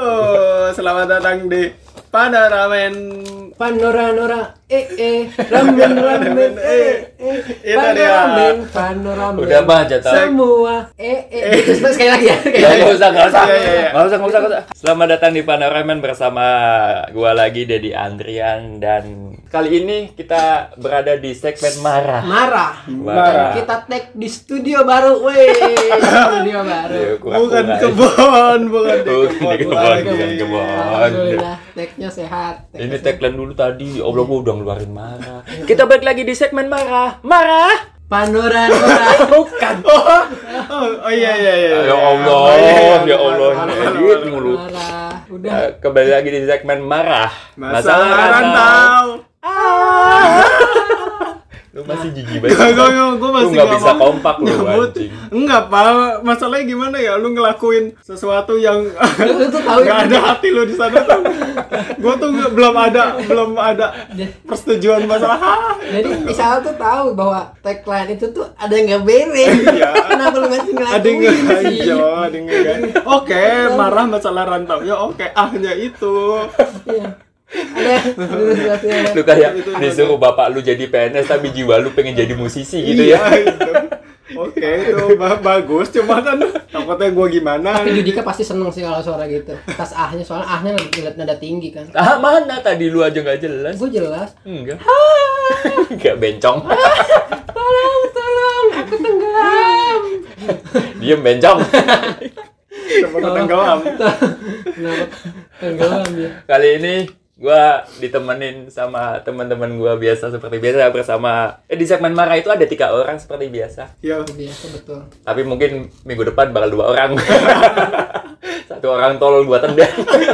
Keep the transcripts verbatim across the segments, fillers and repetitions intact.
Oh, selamat datang di Panoramaen Panorama eh eh ramen ramen eh eh Panoramaen Panorama. Udah mah jatah. Semua eh eh terus sekali lagi ya. Ya enggak usah, enggak usah. Enggak usah, enggak usah, enggak usah. Selamat datang di Panoramaen bersama gua lagi Dedi Andrian dan kali ini kita berada di segmen marah. Marah. Marah. Kita tag di studio baru, weh. Studio baru. Ya, bukan kebon, bukan di Bukan kebon di kebon, lagi. bukan kebon. Alhamdulillah, tagnya sehat. Tag Ini tagline dulu tadi, ya Allah gua udah ngeluarin marah. Kita balik lagi di segmen marah. Marah. Panorama. Bukan. Oh, oh, oh iya iya iya. Ya Allah, Oh, iya, iya. ya Allah, Marah, edit marah, mulu. Marah. Udah. Eh, Kembali lagi di segmen marah. Masalah rantau. Lu masih jijik banget. Gak, gak, gak, gue masih Lu nggak bisa mau kompak lu, nyebut. anjing. Enggak, Pak. Masalahnya gimana ya? Lu ngelakuin sesuatu yang Lu, lu tuh tahu gak ada hati lu di sana tuh. Gue tuh nggak- belum ada belum ada persetujuan masalah. "Hah." Jadi Isal tuh tahu bahwa tagline itu tuh ada yang gak beres. Iya. Kenapa lu masih ngelakuin Ada yang sih? ngajo, ada yang ngajo. Oke, marah masalah rantau. Ya oke, ahnya itu. Iya. Ada sesuatu yang Lu kayak disuruh bapak lu jadi P N S tapi jiwa lu pengen jadi musisi gitu Iya, ya. itu. Oke, itu ba- bagus. Cuma kan takutnya gue gimana. Tapi Judika pasti seneng sih kalau suara gitu. Tas ahnya, soalnya ahnya ngeliat nada tinggi kan. Ah, mana tadi lu aja nggak jelas? Gue jelas. Enggak. Enggak bencong. Tolong, tolong, aku tenggelam. Diem bencong. Temen tenggelam. Kenapa tenggelam ya? Kali ini gua ditemenin sama teman-teman gua biasa seperti biasa bersama eh di segmen marah itu ada tiga orang seperti biasa. Ya, Biasa betul. Tapi mungkin minggu depan bakal dua orang. Satu orang tolol gua tendang.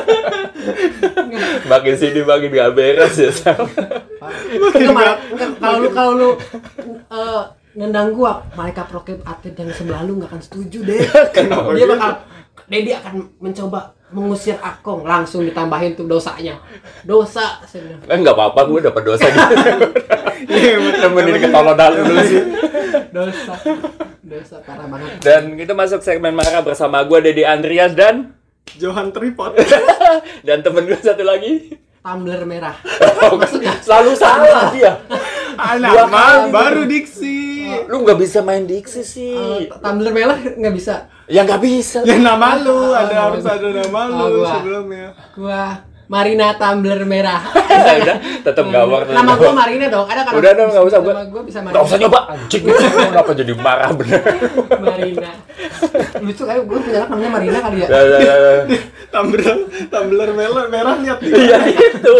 Makin sini makin gak beres ya. Sal. Enggak, malah- enggak, kalau lu kalau lu eh, nendang gua, malaikat roket atlet yang sebelah lu nggak akan setuju deh. Kenapa Dia gitu? bakal Dedi akan mencoba mengusir Akong, langsung ditambahin tuh dosanya. Dosa, saya bilang. Eh enggak apa-apa gua dapat dosa gitu. iya, Nemenin ketolodan dulu sih. Dosa. Dosa parah banget. Dan kita masuk segmen marah bersama gua Dedi Andrias dan Johan Tripod. dan temen gua satu lagi. Tumbler merah. Maksudnya selalu salah dia. Anak mah baru diksi. Lu nggak bisa main diksi sih. Eh, Tumbler merah nggak bisa. Ya nggak bisa. Ya nama lu, ada Oh, harus ada nama oh, lu gua. sebelumnya. Gua Marina Tumbler merah. Udah, udah, tetap gawar. Nama gua Marina dong. Ada kan? Udah dong, nggak usah. Nama gua bisa Marina. Nggak usah nyoba. Anjing, kenapa jadi marah bener? Marina. Lucu kayak gua punya anak namanya Marina kali ya. Ya, ya, ya, ya. Tumbler, tumbler merah, merah lihat nih. Iya itu.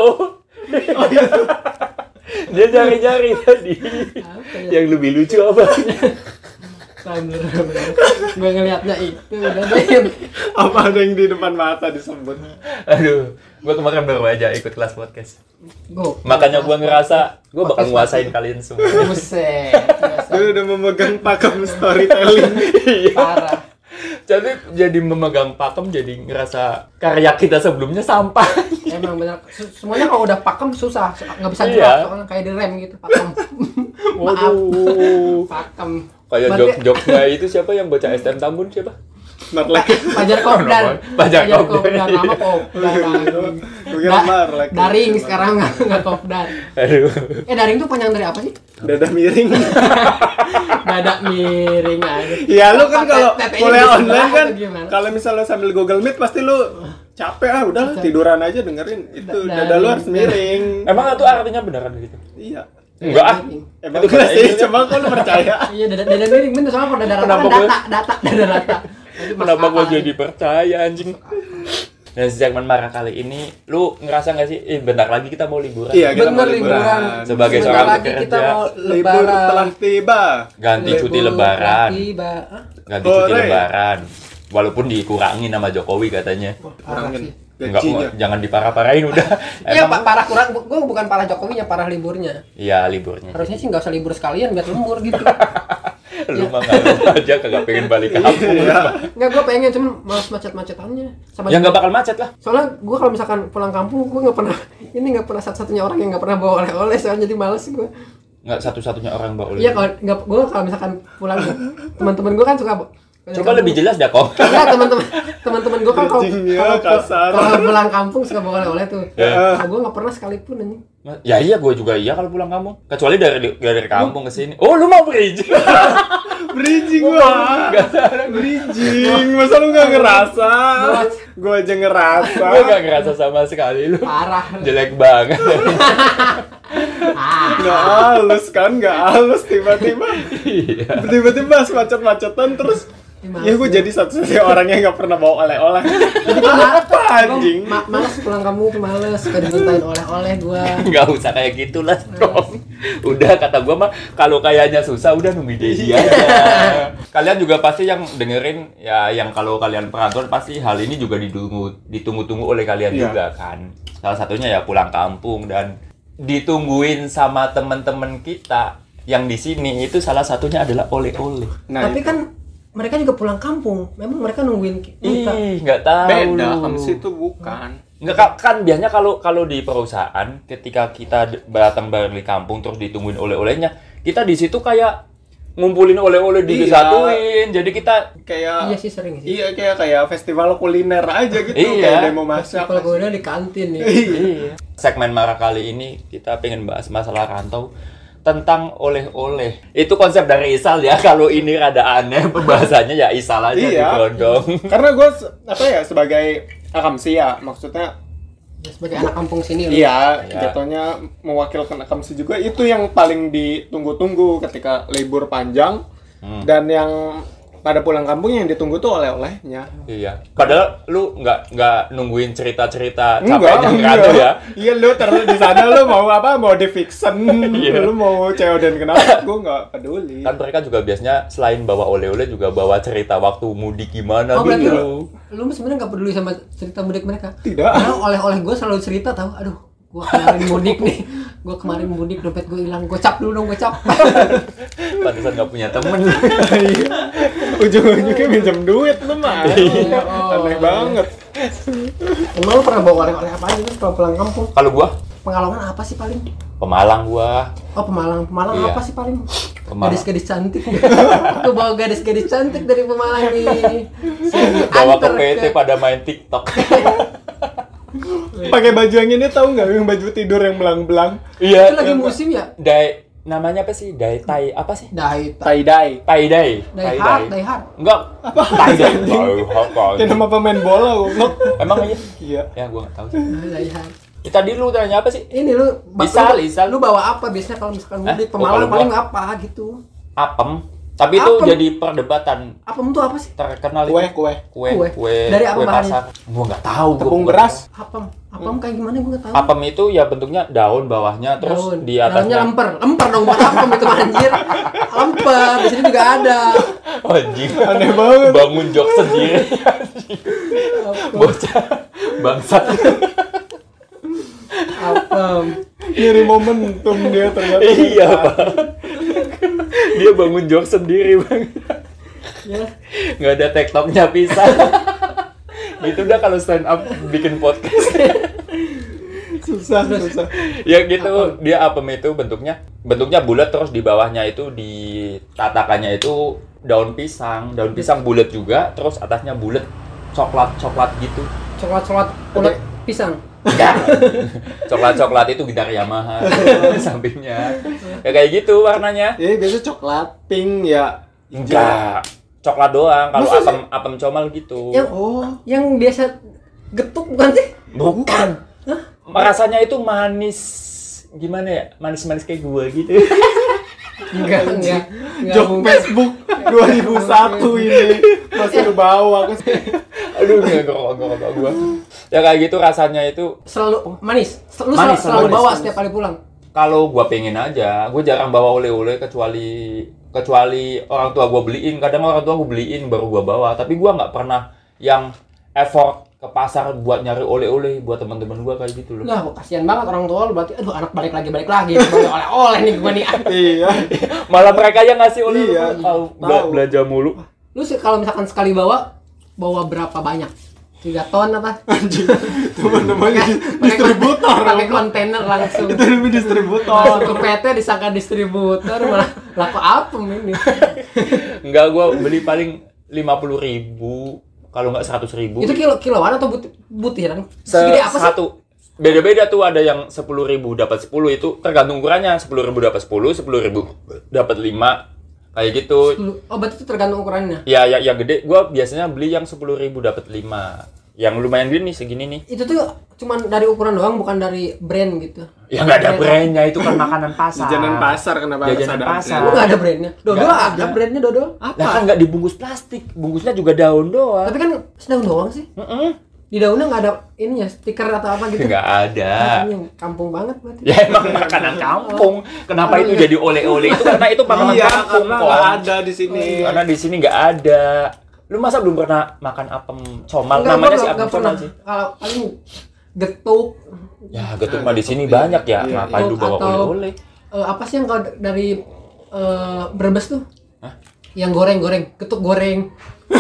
Dia cari-cari tadi. Apa ya? Yang lebih lucu apa? Tumbler merah. Gua ngeliatnya itu udah deh. Apa ada yang di depan mata disebut? Aduh, gua kemarin baru aja ikut kelas podcast. Go. Makanya gua ngerasa gua bakal nguasain kalian semua. Buset. Dia udah memegang pakem storytelling. Iya. Parah. Jadi jadi memegang pakem jadi ngerasa karya kita sebelumnya sampah. Emang benar. Su- Semuanya kalau udah pakem susah, nggak bisa Iya. gerak soalnya kayak direm gitu pakem. Maaf. Waduh. Pakem. Kayak Berarti- jok-joknya itu siapa yang baca S T M Tambun siapa? Marlek. Pajar Kopdar. Pajar Kopdar. Nama Kopdar. Gue kira Marlek. Daring sekarang nggak nggak Kopdar. Aduh. Eh daring tuh panjang dari apa sih? Dada miring. Dada miring aja. Ya lu kan Apa, kalau tetenya kuliah di sebelah online kan atau gimana? kalau misalnya sambil Google Meet pasti lu capek ah udah tiduran aja dengerin itu Da- dada lu harus miring. Emang itu artinya beneran gitu? Iya. Enggak ah. Emang Itu enggak sih, kayaknya- coba kau lu percaya. Iya dada dada miring bener soalnya kalau dada rata Kenapa kan gua- data data dada rata. Jadi mas Kenapa gua apa? jadi percaya anjing? Dan segmen marah kali ini, lu ngerasa nggak sih? Eh, bentar lagi kita mau liburan. Iya, kita Bener mau liburan. liburan. Sebagai Sebentar seorang lagi pekerja, kita mau Libur lebaran. telah tiba. Ganti cuti Libur lebaran. tiba. Hah? Ganti cuti Hore. lebaran. Walaupun dikurangin sama Jokowi katanya. Wah, parah Kurangin sih. Enggak, gajinya. jangan diparah-parahin udah. Iya, Emang- Pak, parah kurang. Gue bukan parah Jokowinya, parah liburnya. Iya, liburnya. Harusnya sih nggak usah libur sekalian biar lembur gitu. Lu mah nggak aja kagak pengen balik kampung. Iya. Nggak, gue pengen cuman males macet-macetannya. Sama Ya nggak bakal macet lah. soalnya gue kalau misalkan pulang kampung gue nggak pernah ini nggak pernah satu-satunya orang yang nggak pernah bawa oleh-oleh soalnya jadi males gue. Nggak satu-satunya orang bawa oleh. Iya kalau nggak gue kalau misalkan pulang teman-teman gue kan suka Coba lebih jelas dah kok. Enggak, teman-teman teman-teman gue kan kalau Bridging-nya kalau kasar. kalau pulang kampung suka bawa oleh-oleh tuh. Ya. Nah, gue nggak pernah sekalipun anjing. Ya iya, gue juga iya kalau pulang kampung. Kecuali dari dari kampung ke sini. Oh, lu mau bridging? Bridging gua. Bridging. Masa lu enggak ngerasa? Gua aja ngerasa. Gue gak ngerasa sama sekali lu. Parah. Jelek banget. Nggak halus kan, nggak halus tiba-tiba. Iya. Tiba-tiba pas macet-macetan terus. Gimana Ya gue sih? jadi satu-satunya orang yang nggak pernah bawa oleh-oleh. Jadi kenapa anjing? Ma males pulang kampung tuh males, suka dimintain oleh-oleh gue. Nggak usah kayak gitulah, dong. Udah kata gua mah kalau kayaknya susah udah nunggu Dedi aja. Kalian juga pasti yang dengerin ya, yang kalau kalian perantauan pasti hal ini juga ditunggu ditunggu-tunggu oleh kalian Iya. juga kan. Salah satunya ya pulang kampung, dan ditungguin sama teman-teman kita yang di sini itu salah satunya adalah oleh-oleh. Nah, Tapi itu. kan mereka juga pulang kampung. Memang mereka nungguin kita. Ih, nggak tahu beda lu. kan situ bukan. Nggak, ka- kan biasanya kalau kalau di perusahaan ketika kita d- datang balik kampung terus ditungguin oleh-olehnya, kita di situ kayak ngumpulin oleh-oleh Iya. disatuin. Jadi kita Kayak Iya sih sering sih. Iya kayak kayak festival kuliner aja gitu, Iya. kayak demo masak. Kalau gue udah di kantin nih. Iya. Segmen Marah kali ini kita pengen bahas masalah rantau tentang oleh-oleh. Itu konsep dari Isal ya. Kalau ini rada aneh pembahasannya ya Isal aja Iya. digondong. Karena gue apa ya sebagai akamsi ya, maksudnya Ya, sebagai anak kampung sini loh. iya, Iya. jatuhnya mewakilkan akamsi juga, itu yang paling ditunggu-tunggu ketika libur panjang. Hmm. Dan yang pada pulang kampung yang ditunggu tuh oleh-olehnya. Iya. Padahal lu nggak nggak nungguin cerita-cerita Enggak, capeknya rantau ya. Iya, lu terus di sana lu mau apa? Mau di fiction, Iya. lu mau cewek dan kenapa? Gue nggak peduli. Kan mereka juga biasanya selain bawa oleh-oleh juga bawa cerita waktu mudik gimana Oh, berarti gitu. lu sebenarnya nggak peduli sama cerita mudik mereka? Tidak. Karena oleh-oleh gue selalu cerita tahu. Aduh, gue kemarin mudik nih. Gue kemarin mudik, dompet gue hilang. Gocap dulu dong, gocap. Pantesan nggak punya temen. Ujung-ujungnya minjem duit lu mah. Iya. Aneh banget. Emang lu pernah bawa oleh-oleh apa aja kan kalau pulang kampung? Kalau gua Pengalaman apa sih paling? Pemalang gua. Oh, Pemalang. Pemalang Iya. apa sih paling? Pemalang. Gadis-gadis cantik. Aku bawa gadis-gadis cantik dari Pemalang nih. Saya Bawa ke diantar P T pada main TikTok. Pakai baju yang ini tahu nggak, yang baju tidur yang belang-belang? Iya. Itu lagi yang- musim ya? Dai namanya apa sih? Dai tai apa sih? Dai Tie dye. Tai dai. Dai hard, dai hard. Enggak. Apa? Tai dai. Tai apa? Kayak nama pemain bola goblok. Emang aja? Iya. Ya gua nggak tahu sih. Dai hard. Ya, tadi lu tanya apa sih? Ini lu ba- Isal, lu, Isal. lu bawa apa biasanya kalau misalkan Hah? mudik? Oh, Pemalang kalau paling gua- apa gitu? Apem. Tapi itu Apem. jadi perdebatan Apem tuh apa sih? terkenal Kue, itu. kue. Kue, Kue. kue, Dari apa kue bahannya? pasar. Gua nggak tahu. gua Tepung nggak beras. Apem. Apem kayak gimana gue nggak tahu. tahu. Apem itu ya bentuknya daun bawahnya, terus Daun. di Dalamnya atasnya. lemper. Lemper dong buat apem itu anjir. Lemper. Di sini juga ada. Oh, anjing. Aneh banget. Bangun jok sendiri. Bocah bangsat. Apem. Nyari momentum dia ternyata. Iya, Pak. Dia bangun jok sendiri, Bang. Ya. Nggak ada tektoknya pisah. Gitu udah kalau stand up bikin podcast. Susah, susah. Ya gitu, dia apem itu bentuknya bentuknya bulat, terus di bawahnya itu ditatakannya itu daun pisang, daun pisang bulat juga, terus atasnya bulat coklat-coklat gitu. Coklat-coklat ulet pisang. Enggak. Coklat-coklat itu gitar Yamaha sampingnya. Ya kayak gitu warnanya. Ya biasa coklat, pink ya. Enggak. Coklat doang. Kalau Masa sih? apem apem comal gitu. Yang Oh, yang biasa getuk bukan sih? Bukan. Rasanya itu manis, gimana ya? Manis-manis kayak gua gitu. Enggak, enggak. Enggak jok mungkin. Facebook dua ribu satu ini masih lu bawa ke Aduh, enggak ngerokok gua. Ya kayak gitu rasanya itu. Selalu manis. Lu Manis, selalu, selalu manis, bawa manis. setiap kali pulang. Kalau gua pengen aja, gua jarang bawa oleh-oleh kecuali kecuali orang tua gua beliin. Kadang orang tua gua beliin baru gua bawa, tapi gua nggak pernah yang effort ke pasar buat nyari oleh-oleh buat teman-teman gua kayak gitu loh. Lah, kasihan banget orang tua lu berarti. Aduh, anak balik lagi balik lagi. Bawa oleh-oleh nih gua nih. iya. Malah mereka yang ngasih oleh-oleh. Iya, Kalau tahu. bela- belanja mulu. Lu sih kalau misalkan sekali bawa, bawa berapa banyak? tiga ton apa? Anjing. Teman-teman Pakai- distributor. Pakai kontainer langsung. Itu namanya distributor. Masuk ke P T disangka distributor malah laku apem ini. Enggak, gua beli paling lima puluh ribu, kalau nggak seratus ribu. Itu kilo kiloan atau but, butiran? Se- Segede apa sih? satu. Beda-beda tuh, ada yang sepuluh ribu dapat sepuluh, itu tergantung ukurannya. sepuluh ribu dapat sepuluh, sepuluh ribu dapat lima. Kayak gitu. Oh, berarti itu tergantung ukurannya. Ya, ya yang gede gua biasanya beli yang sepuluh ribu dapat lima. Yang lumayan gede nih, segini nih. Itu tuh cuman dari ukuran doang, bukan dari brand gitu. Ya nggak ada brandnya, itu kan makanan pasar. Jajanan pasar kenapa harus Jajanan ada pasar. Lu nggak ada brandnya? Dodol Nggak ada brandnya dodol. Lah kan nggak dibungkus plastik, bungkusnya juga daun doang. Tapi kan sedaun doang sih. Heeh. Di daunnya nggak ada ininya, stiker atau apa gitu. Nggak ada. Ah, ini yang kampung banget berarti. Ya emang makanan kampung. Kenapa Oh, itu iya. jadi oleh-oleh? Itu karena itu makanan Iya, kampung karena kok. nggak ada di sini. Karena di sini nggak ada. Lu masa belum pernah makan apem comal? Enggak, Namanya gua sih nggak- apem nggak pernah. comal sih. Kalau paling getuk Ya, getuk mah di sini Iya, banyak ya. iya, Ngapain iya. lu bawa Atau- oleh-oleh? eh, apa sih yang kalau dari eh, Brebes tuh? Hah? Yang goreng-goreng, getuk goreng.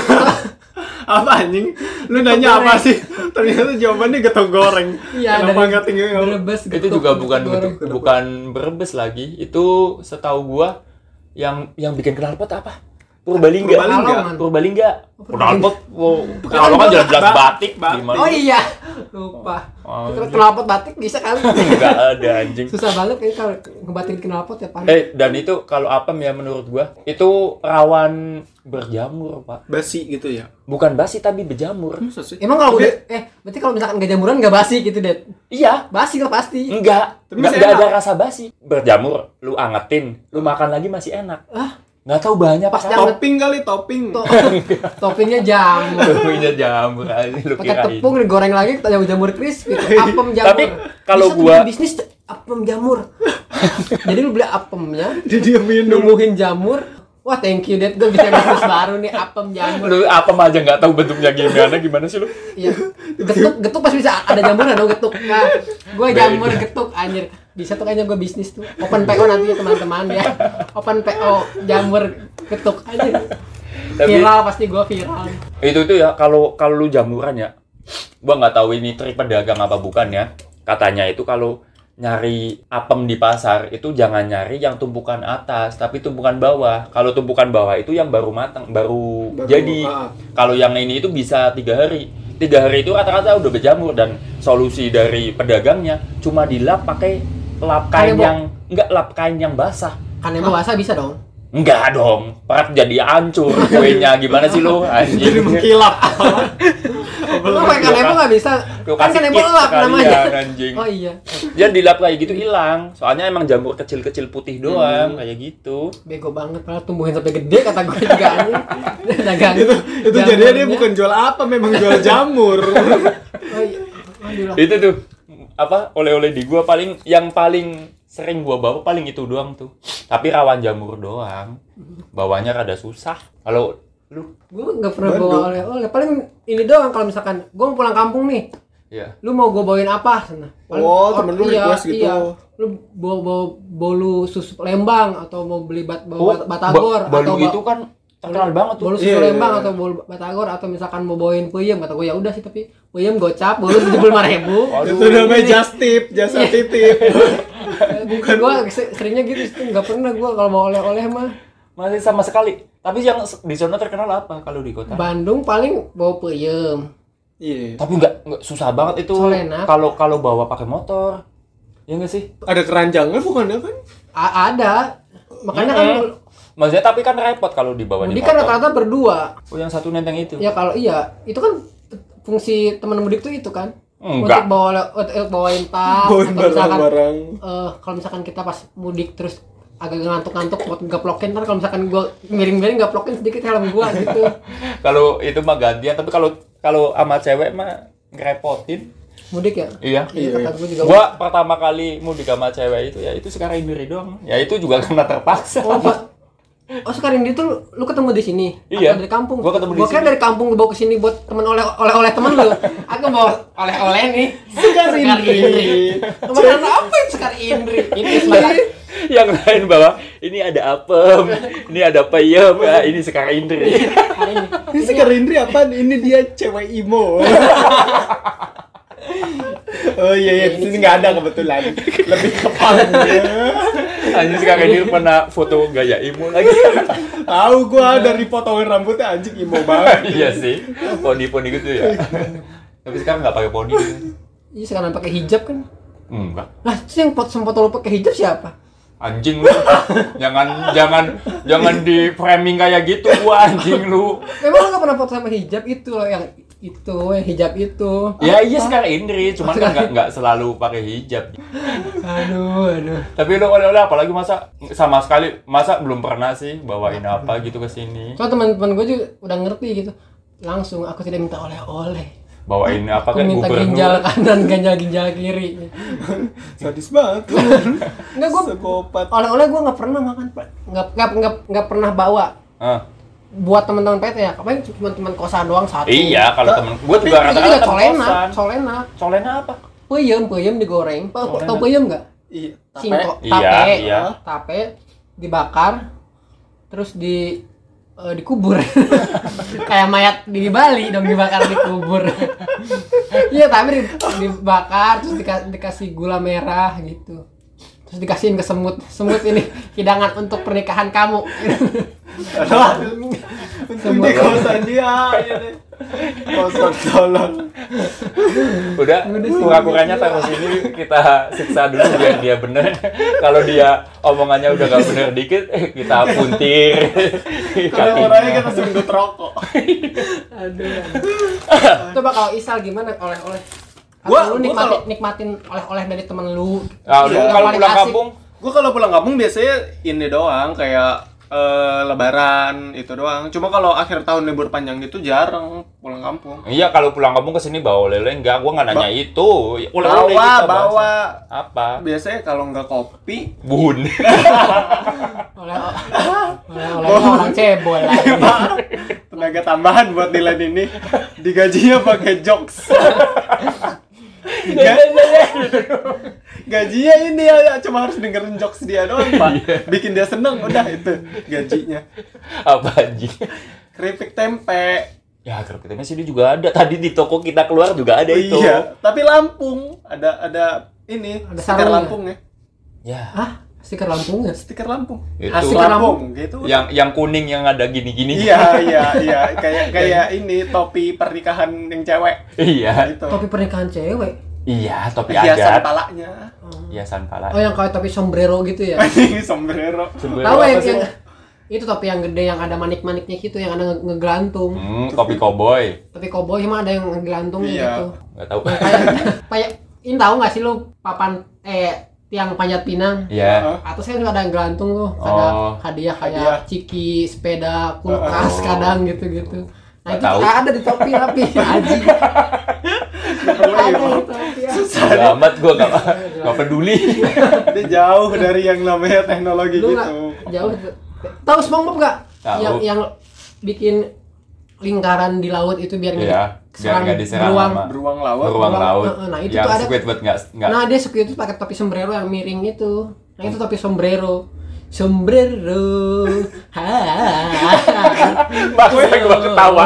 Apa anjing? Lu nanya apa sih? Ternyata jawabannya getuk goreng. Iya, Kenapa dari nggak tinggal? Brebes Itu getuk, juga getuk bukan goreng. getuk- bukan Brebes lagi. Itu setahu gua yang yang bikin knalpot apa? Purbalingga. Purbalingga. Purbalingga. Purbalingga. Knalpot, wow, kalau kan jelas-jelas Ba- batik batik. gimana? Oh iya, lupa. Oh, Itu iya. knalpot batik bisa kali. Enggak ada anjing. Susah banget kayaknya kalau ngebatikin knalpot ya pan. Eh, dan itu kalau apem ya menurut gua itu rawan berjamur, Pak. Basi gitu ya? Bukan basi tapi berjamur. Masa sih? Emang kalau Tapi- udah eh berarti kalau misalkan nggak jamuran nggak basi gitu, Det. Iya, Basi lah pasti. enggak. Tapi Enggak, masih enggak enak. ada rasa basi. Berjamur, lu angetin, lu makan lagi masih enak. Ah, Nggak tahu banyak Pas Pak. jangan- Topping kali, topping. to- toppingnya jamur. Tuhunya jamur aja lu Pakai kirain. tepung digoreng lagi kita jamur crispy gitu. Apem jamur. Tapi kalau Bisa tuh gua- bikin bisnis apem jamur. Jadi lu beli apemnya, Didiemin dulu. numbuhin jamur. Wah, thank you, Det. Gue bisa bisnis baru nih, apem jamur. Lu apa aja nggak tahu bentuknya gimana gimana sih lu? Iya. Getuk, getuk pasti bisa ada jamurnya dong getuk. Nah, gue jamur getuk anjir. Bisa tuh kayaknya gue bisnis tuh. Open P O nanti ya teman-teman ya. Open P O jamur getuk anjir. Tapi- Viral pasti gue viral. Itu tuh ya kalau kalau lu jamuran ya. Gua nggak tahu ini trik pedagang apa bukan ya. Katanya itu kalau nyari apem di pasar itu jangan nyari yang tumpukan atas tapi tumpukan bawah. Kalau tumpukan bawah itu yang baru matang, baru, Baru, jadi. ah. Kalau yang ini itu bisa tiga hari. Tiga hari itu rata-rata udah berjamur, dan solusi dari pedagangnya cuma dilap pakai lap kain Kanebo. yang enggak lap kain yang basah. Kan emang basah bisa dong. Enggak dong, perak jadi hancur kuenya. Gimana sih lu Jadi anjing? mengkilap. Lo pakai kanebo nggak bisa. Lu Kan kasih kanebo kit lap sekalian, namanya. anjing. Oh iya. Dia dilap kayak gitu hilang. Soalnya emang jamur kecil-kecil putih doang kayak gitu. Bego banget, padahal tumbuhin sampai gede kata gue juga anjing. Dagang. itu itu jadinya dia bukan jual apa, memang jual jamur. Oh iya. Alhamdulillah. Itu tuh apa oleh-oleh di gua paling yang paling sering gua bawa paling itu doang tuh. Tapi rawan jamur doang. Bawanya rada susah. Kalau lu Gue nggak pernah Bandung. bawa oleh-oleh. Paling ini doang kalau misalkan gue mau pulang kampung nih. ya Lu mau gue bawain apa sana? Paling- Oh, temen lu request gitu. Iya. Lu bawa bawa bolu susu Lembang atau mau beli bat, bawa Oh, bat- batagor ba- atau balu ba- itu kan terkenal banget tuh. bolu susu Iya, Lembang iya. atau bolu batagor atau misalkan mau bawain puyem kata gue ya udah sih, tapi puyem gocap bolu tujuh puluh lima ribu. Aduh. Itu namanya just tip, jasa titip. Bukan gue seringnya gitu sih, nggak pernah gue kalau mau oleh-oleh mah. Masih sama sekali. Tapi yang di sana terkenal apa kalau di kota? Bandung paling bawa puyem. Iya. Tapi nggak nggak susah banget itu Soalnya enak. kalau kalau bawa pakai motor. Ya nggak sih? Ada keranjangnya bukannya kan? A- ada. Makanya kan Mm-mm. Maksudnya tapi kan repot kalau dibawa di mudik kan motor. rata-rata berdua. Oh, yang satu nenteng itu. Ya kalau iya, itu kan fungsi teman mudik tuh itu kan. Enggak. Untuk bawa untuk bawain tas Bawain atau misalkan barang-barang. eh, kalau misalkan kita pas mudik terus agak ngantuk-ngantuk buat gaplokin, kan kalau misalkan gua miring-miring gaplokin sedikit helm gua gitu. Kalau itu mah gantian, tapi kalau kalau sama cewek mah ngerepotin. Mudik ya? Iya. Iya, kata gua juga. Gua pertama kali mudik sama cewek itu ya itu sekarang Indri doang. Ya itu juga karena terpaksa. Oh, Pak. Oh, sekarang ini tuh lu ketemu di sini? Iya. Atau dari kampung? Gua ketemu di Gua kira sini. dari kampung lu bawa ke sini buat temen oleh oleh-oleh temen lu. Aku bawa oleh-oleh nih. Sekar Indri. Makanan apa yang Sekar Indri? Ini sebenarnya Yang lain bawa ini ada apem, ini ada peyem, ya, ini sekarang Indri. hari ini. Ini Sekar Indri apaan? Ini dia cewek imo. Oh iya iya, di sini nggak ada kebetulan. Lebih ke punk ya. Anjing sekarang ini pernah foto gaya imo lagi. Tahu gua dari potongan rambutnya anjing imo banget. Iya sih, poni-poni gitu ya. Tapi sekarang nggak pakai poni. Iya sekarang pakai hijab kan. Enggak. Lah, terus yang foto foto lu pakai hijab siapa? Anjing lu. jangan jangan jangan di framing kayak gitu gua anjing lu. Memang lu nggak pernah foto sama hijab itu loh yang itu yang hijab itu. Ya iya sekarang Indri, cuman kan nggak nggak selalu pakai hijab. Aduh, aduh. Tapi lu oleh-oleh apalagi masa sama sekali masa belum pernah sih bawain apa gitu ke sini. Soalnya teman-teman gue juga udah ngerti gitu. Langsung aku tidak minta oleh-oleh. Bawain apa Aku kan minta gubernur. ginjal kanan, ginjal ginjal kiri. Sadis banget. Enggak gue Psikopat. oleh-oleh gue nggak pernah makan, Pak. Nggak nggak nggak nggak pernah bawa. Ah. Buat teman-teman P T ya, apa cuma teman kosan doang satu. Iya, kalau temen gua juga Itu rata-rata juga temen colena, kosan. colena. Colena apa? Peyem, peyem digoreng. Tahu Colena. tahu peyem nggak? Iya. Singkong, Iya, tape, iya. tape dibakar, terus di eh, dikubur. Kayak mayat di Bali dong dibakar dikubur. Iya, tapi di- dibakar terus dika- dikasih gula merah gitu. Terus dikasihin ke semut. Semut ini hidangan untuk pernikahan kamu. Untung di kosan dia. Iya deh. Kosan tolong. Udah, kura-kuranya taruh sini kita siksa dulu biar dia bener. Kalau dia omongannya udah gak bener dikit, eh, kita puntir. Kalau Kakinya. orangnya kita sundut rokok. Aduh. Coba kalau Isal gimana oleh-oleh? Atau Gua- lu gua nikmatin, kalau- nikmatin oleh-oleh dari temen lu. Ah, lu Iya, kalau paling pulang asik. kampung, Gue kalau pulang kampung biasanya ini doang kayak eh, lebaran itu doang. Cuma kalau akhir tahun libur panjang gitu jarang pulang kampung. iya kalau pulang kampung ke sini bawa oleh-oleh enggak, gua nggak nanya itu. Oleh-oleh Bawa, kita bahas. bawa. Apa? Biasanya kalau nggak kopi, Bun. Oleh oleh orang cebol lagi. tenaga tambahan buat Dilan ini digajinya pakai jokes. Ga- gajinya ini ya cuma harus dengerin jokes dia doang pak, bikin dia seneng udah itu gajinya. Apa anjing? Keripik tempe. Ya keripik sini juga ada. Tadi di toko kita keluar juga ada itu. Iya, tapi Lampung ada ada ini Ada stiker sarungnya. Lampung ya, Ya. Hah? Stiker Lampung ya? stiker Lampung. Itu. Asik Stiker Lampung gitu. Yang yang kuning yang ada gini-gini. Iya iya iya kayak kayak ini topi pernikahan yang cewek. Iya. Gitu. Topi pernikahan cewek. Iya, topi Hiasan adat. palanya. Hiasan pala. Oh yang kayak topi sombrero gitu ya? Ini sombrero. Sombrero Tahu apa yang, sih? yang itu topi yang gede yang ada manik-maniknya gitu yang ada nge- ngegelantung. Hmm, topi koboi. Topi koboi emang ada yang ngegelantung Iya. gitu. Enggak tahu. Yang kayak kayak ini tahu nggak sih lu papan eh tiang panjat pinang? Iya. Atasnya kan ada yang gelantung tuh, ada Oh. hadiah kayak Hadiah. ciki, sepeda, kulkas Oh. kadang gitu-gitu. Nah Nggak itu tahu. ada di topi tapi anjing. Ada di topi. ya. Udah amat gua enggak enggak peduli. Dia jauh dari yang namanya teknologi Lu nggak gitu. jauh. Tahu SpongeBob nggak? Tahu. Yang yang bikin lingkaran di laut itu biar nggak Iya, biar diserang enggak diserang beruang. sama Beruang laut. beruang Beruang, laut. eh, nah, itu yang tuh ada- Squidward enggak enggak. Nah dia suka itu pakai topi sombrero yang miring itu. Nah itu topi sombrero. Sombrero. Ha. Maksa gua ketawa.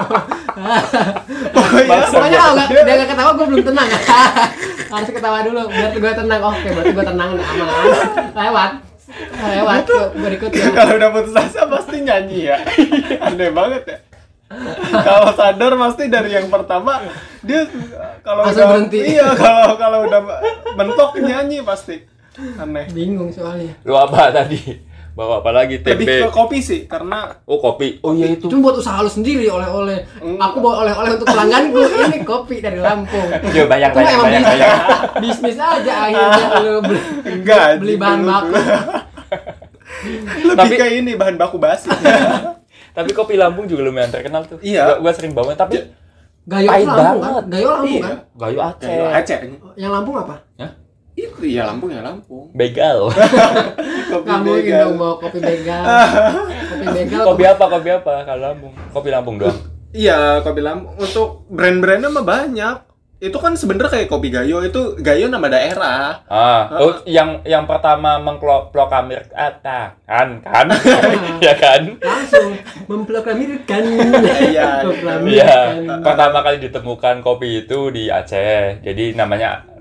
Oh, iya. Pokoknya kalau nggak dia nggak ketawa gue belum tenang. Harus ketawa dulu biar gue tenang. Oke berarti gue tenang nih aman. Lewat. Lewat ke berikutnya. Kalau udah putus asa pasti nyanyi ya. Aneh banget ya. Kalau sadar pasti dari yang pertama dia kalau Langsung udah berhenti. iya kalau kalau udah mentok nyanyi pasti. Aneh. Bingung soalnya. Lu apa tadi? Bawa apa lagi? Lebih Tempe. ke kopi sih karena Oh, kopi. Oh iya itu. Cuma buat usaha lu sendiri oleh-oleh. Hmm. Aku bawa oleh-oleh untuk pelangganku. Ini kopi dari Lampung. Yo bayang Itu bayang emang bayang bisnis, bayang. bisnis aja akhirnya lu beli, enggak beli anjing, bahan dulu- baku. dulu. Lebih Tapi- ke ini bahan baku basi. Tapi kopi Lampung juga lumayan terkenal tuh. Iya. Gua, gua sering bawa tapi Gayo Pahit itu Lampung kan? banget. Gayo Lampung Iya. kan? gayo Aceh. Kayak Aceh. Yang Lampung apa? Hah? Itu iya Lampung ya Lampung. Begal. Kopi Nggak mungkin begal. dong bawa kopi begal. Kopi begal. Kopi apa? Kopi apa kalau Lampung? Kopi Lampung doang. Iya, kopi Lampung. Untuk brand-brandnya mah banyak. Itu kan sebenarnya kayak kopi Gayo, itu Gayo nama daerah. Ah, oh, yang yang pertama mengproklamirkan kan kan ya kan? Langsung memproklamirkan. Iya, Proklamirkan. Iya, pertama kali ditemukan kopi itu di Aceh. Jadi namanya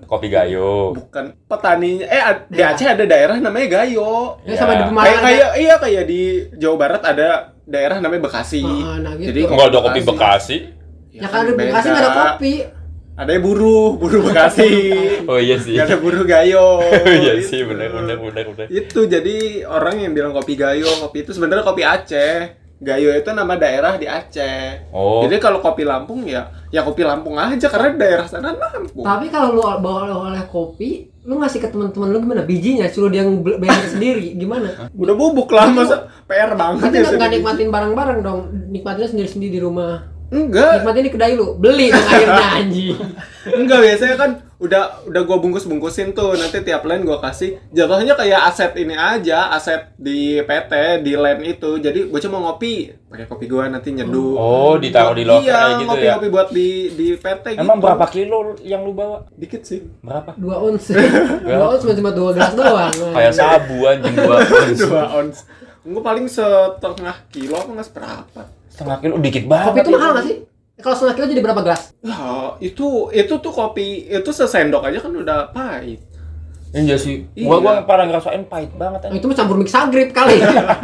kopi Gayo. Bukan petaninya. Eh ad- di Ya. Aceh ada daerah namanya Gayo. Ya, sama di Ya. Pemalang Kayak kayak iya kayak di Jawa Barat ada daerah namanya Bekasi. Heeh, nah gitu. Jadi Enggak ada kopi Bekasi. Ya kan di Bekasi nggak ada kopi. Ada buruh, buruh Bekasi. Oh iya sih. Gak ada buruh Gayo. Iya sih, Gitu. benar benar benar benar. Itu jadi orang yang bilang kopi Gayo, kopi itu sebenarnya kopi Aceh. Gayo itu nama daerah di Aceh. Oh. Jadi kalau kopi Lampung ya, ya kopi Lampung aja karena daerah sana Lampung. Tapi kalau lu bawa oleh kopi, lu ngasih ke teman-teman lu gimana? Bijinya suruh dia nge- bayar sendiri, gimana? Udah bubuk lah, masa P R banget Nanti ya. nggak nggak sendiri. nikmatin barang-barang dong, nikmatinnya sendiri-sendiri di rumah. Enggak, Nikmatin di kedai lu, beli dong akhirnya anjing. enggak biasanya kan udah udah gua bungkus-bungkusin tuh, nanti tiap line gua kasih. Jatuhnya kayak aset ini aja, aset di P T, di line itu. Jadi gua cuma ngopi, pakai kopi gua nanti nyeduh. Oh, ditaruh di locker iya, kayak gitu ya. ngopi-ngopi buat di di P T gitu. Emang berapa kilo yang lu bawa? Dikit sih. Berapa? Dua ons, dua ons cuma dua gelas doang. Kayak sabu anjing gua. dua ons. Gua paling setengah kilo apa nggak seberapa. Setengah kilo dikit banget. Kopi itu mahal nggak sih? Eh, kalau setengah kilo jadi berapa gelas? Ya, itu itu tuh kopi itu sesendok aja kan udah pahit. Iya sih. Iya. Gua gua pada ngerasain pahit banget Nah, anjing. itu mah campur mixagrip kali.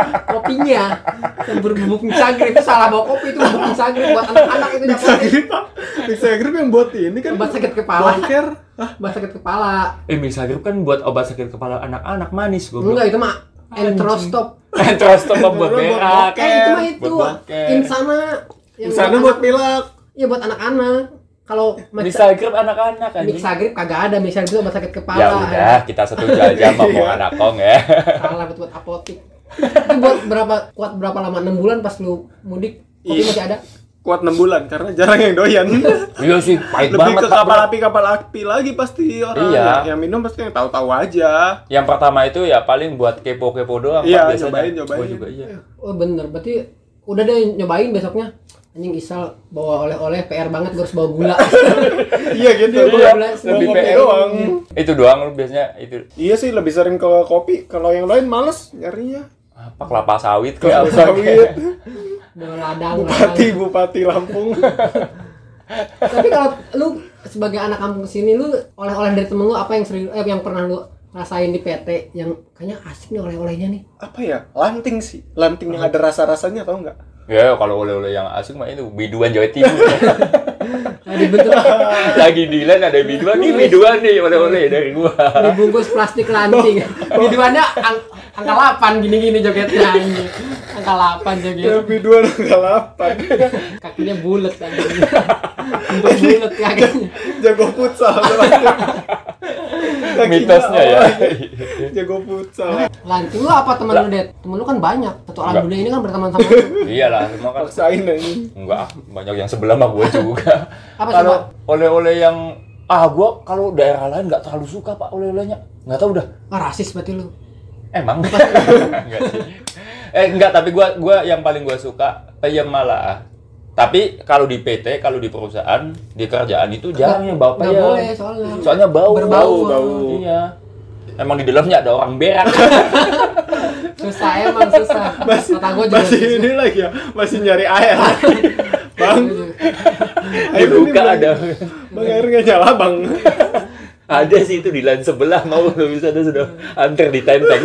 Kopinya campur bubuk mixagrip, itu salah bawa kopi itu bubuk mixagrip buat anak-anak itu dapat Mixagrip, Pak. Mixagrip yang buat ini kan obat sakit kepala. boker. Hah? Obat sakit kepala. Eh, Mixagrip kan buat obat sakit kepala anak-anak manis gua. Enggak, itu mah enterostop. Terus tuh buat Buat berak. boker. Eh, itu mah itu Buat boker. insana. Yang Di sana buat anak- pilek. Iya buat anak-anak. Kalau mix- Mixagrip anak-anak anjing. mixagrip kagak ada, mixagrip itu obat sakit kepala. Ya udah, kita setuju aja sama Iya. anak kong ya. Salah buat, buat apotik. Itu buat berapa kuat berapa lama? enam bulan pas lu mudik kopi Iya. masih ada. Kuat enam bulan karena jarang yang doyan. Iya sih, pahit Lebih banget. ke Pak, kapal bro. api kapal api lagi pasti orang Iya. yang, yang minum pasti yang tahu-tahu aja. Yang pertama itu ya paling buat kepo-kepo doang. Pak, Iya, biasanya. nyobain, nyobain. Gua juga iya. Oh bener, berarti udah deh nyobain besoknya. Anjing Isal bawa oleh-oleh P R banget, gue harus bawa gula. Iya gitu. Iya, Gua lebih lebih P kopi R. doang. Itu doang lu biasanya itu Iya sih lebih sering ke kopi. Kalau yang lain males nyarinya. apa kelapa sawit Kelapa kayak sawit. Bawa ladang. Bupati ladang. Bupati Lampung. Tapi kalau lu sebagai anak kampung sini, lu oleh-oleh dari temen lu apa yang sering eh yang pernah lu rasain di P T yang kayaknya asik nih oleh-olehnya nih? Apa ya? Lanting sih. Lanting yang ada rasa-rasanya tau nggak? ya kalau oleh-oleh yang asik mah itu biduan Jawa Timur. Nah, dibentuk Lagi di line ada biduan nih, biduan nih oleh-oleh dari gua. dibungkus plastik lanting. Biduannya ang- angka delapan gini-gini jogetnya anjing. Angka delapan joget. Ya biduan angka delapan. Kakinya bulat anjing. Untuk bulat kakinya. Jago futsal. Kakinya, Mitosnya ya. oh, Jago futsal. Lanting lu apa teman lu, Det? Temen lu kan banyak. Satu alam Enggak. dunia ini kan berteman sama lu. Iyalah, semua kan Paksain aja. enggak ah, banyak yang sebelah mah gua juga. Apa sih, Kalau Pak? oleh-oleh yang ah gua kalau daerah lain nggak terlalu suka Pak oleh-olehnya. Nggak tahu dah. Ah, rasis berarti lu. Emang enggak sih. Eh enggak, tapi gua gua yang paling gua suka peyem malah. Tapi kalau di P T, kalau di perusahaan, di kerjaan itu jarang yang bawa Nggak peyem. boleh soalnya. Soalnya bau. Berbau. Bau. Iya. Emang di dalamnya ada orang berak. Susah emang susah. Masih, Kata gua juga masih susah. ini lagi ya, masih nyari air. Bang, air ini Dibuka belum- ada. Bang air nggak nyala bang. Ada sih itu di line sebelah, mau lu bisa ada sudah antar di tenteng.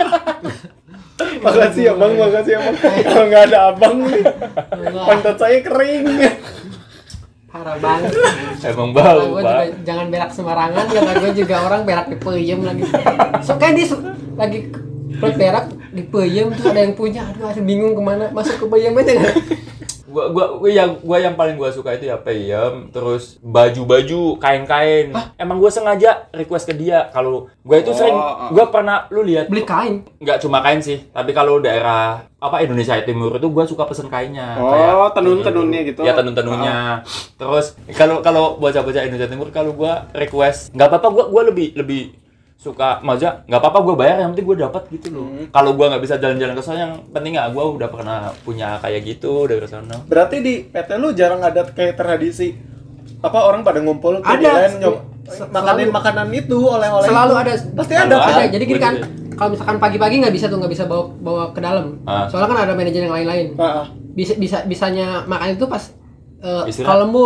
Makasih ya bang, makasih ya bang. Kalau nggak ada abang nih, Wah, pantat saya kering. parah banget. Emang Kata bau, gua juga Pak. jangan berak sembarangan. Kata gue juga orang berak di peyem lagi. So kayak dia su- lagi perut berak di peyem terus ada yang punya. Aduh, aduh bingung kemana. Masuk ke peyem aja nggak? Gua gua gua yang gua yang paling gua suka itu ya peyem, terus baju-baju, kain-kain. Emang gua sengaja request ke dia kalau gua itu Oh, sering uh. gua pernah lu lihat Beli kain. nggak cuma kain sih, tapi kalau daerah apa Indonesia Timur itu gua suka pesen kainnya. Oh, Kayak- tenun-tenunnya gitu. Ya tenun-tenunnya. Terus kalau kalau bocah-bocah Indonesia Timur kalau gua request nggak apa-apa gua gua lebih lebih suka maksudnya nggak apa-apa gue bayar yang penting gue dapat gitu loh. Hmm. Kalau gue nggak bisa jalan-jalan ke sana yang penting ya gue udah pernah punya kayak gitu dari sana. Berarti di P T lu jarang ada kayak tradisi apa orang pada ngumpul ke Ada. di line nyob Se- makanin selalu. makanan itu oleh-oleh Selalu itu. ada. Pasti Selalu ada ada. kan? Ada. Jadi gini kan, Bener. kalau misalkan pagi-pagi nggak bisa tuh nggak bisa bawa bawa ke dalam. Ah. Soalnya kan ada manajer yang lain-lain. Ah, Bisa bisa bisanya makan itu pas eh, Istirahat. kalau lembur.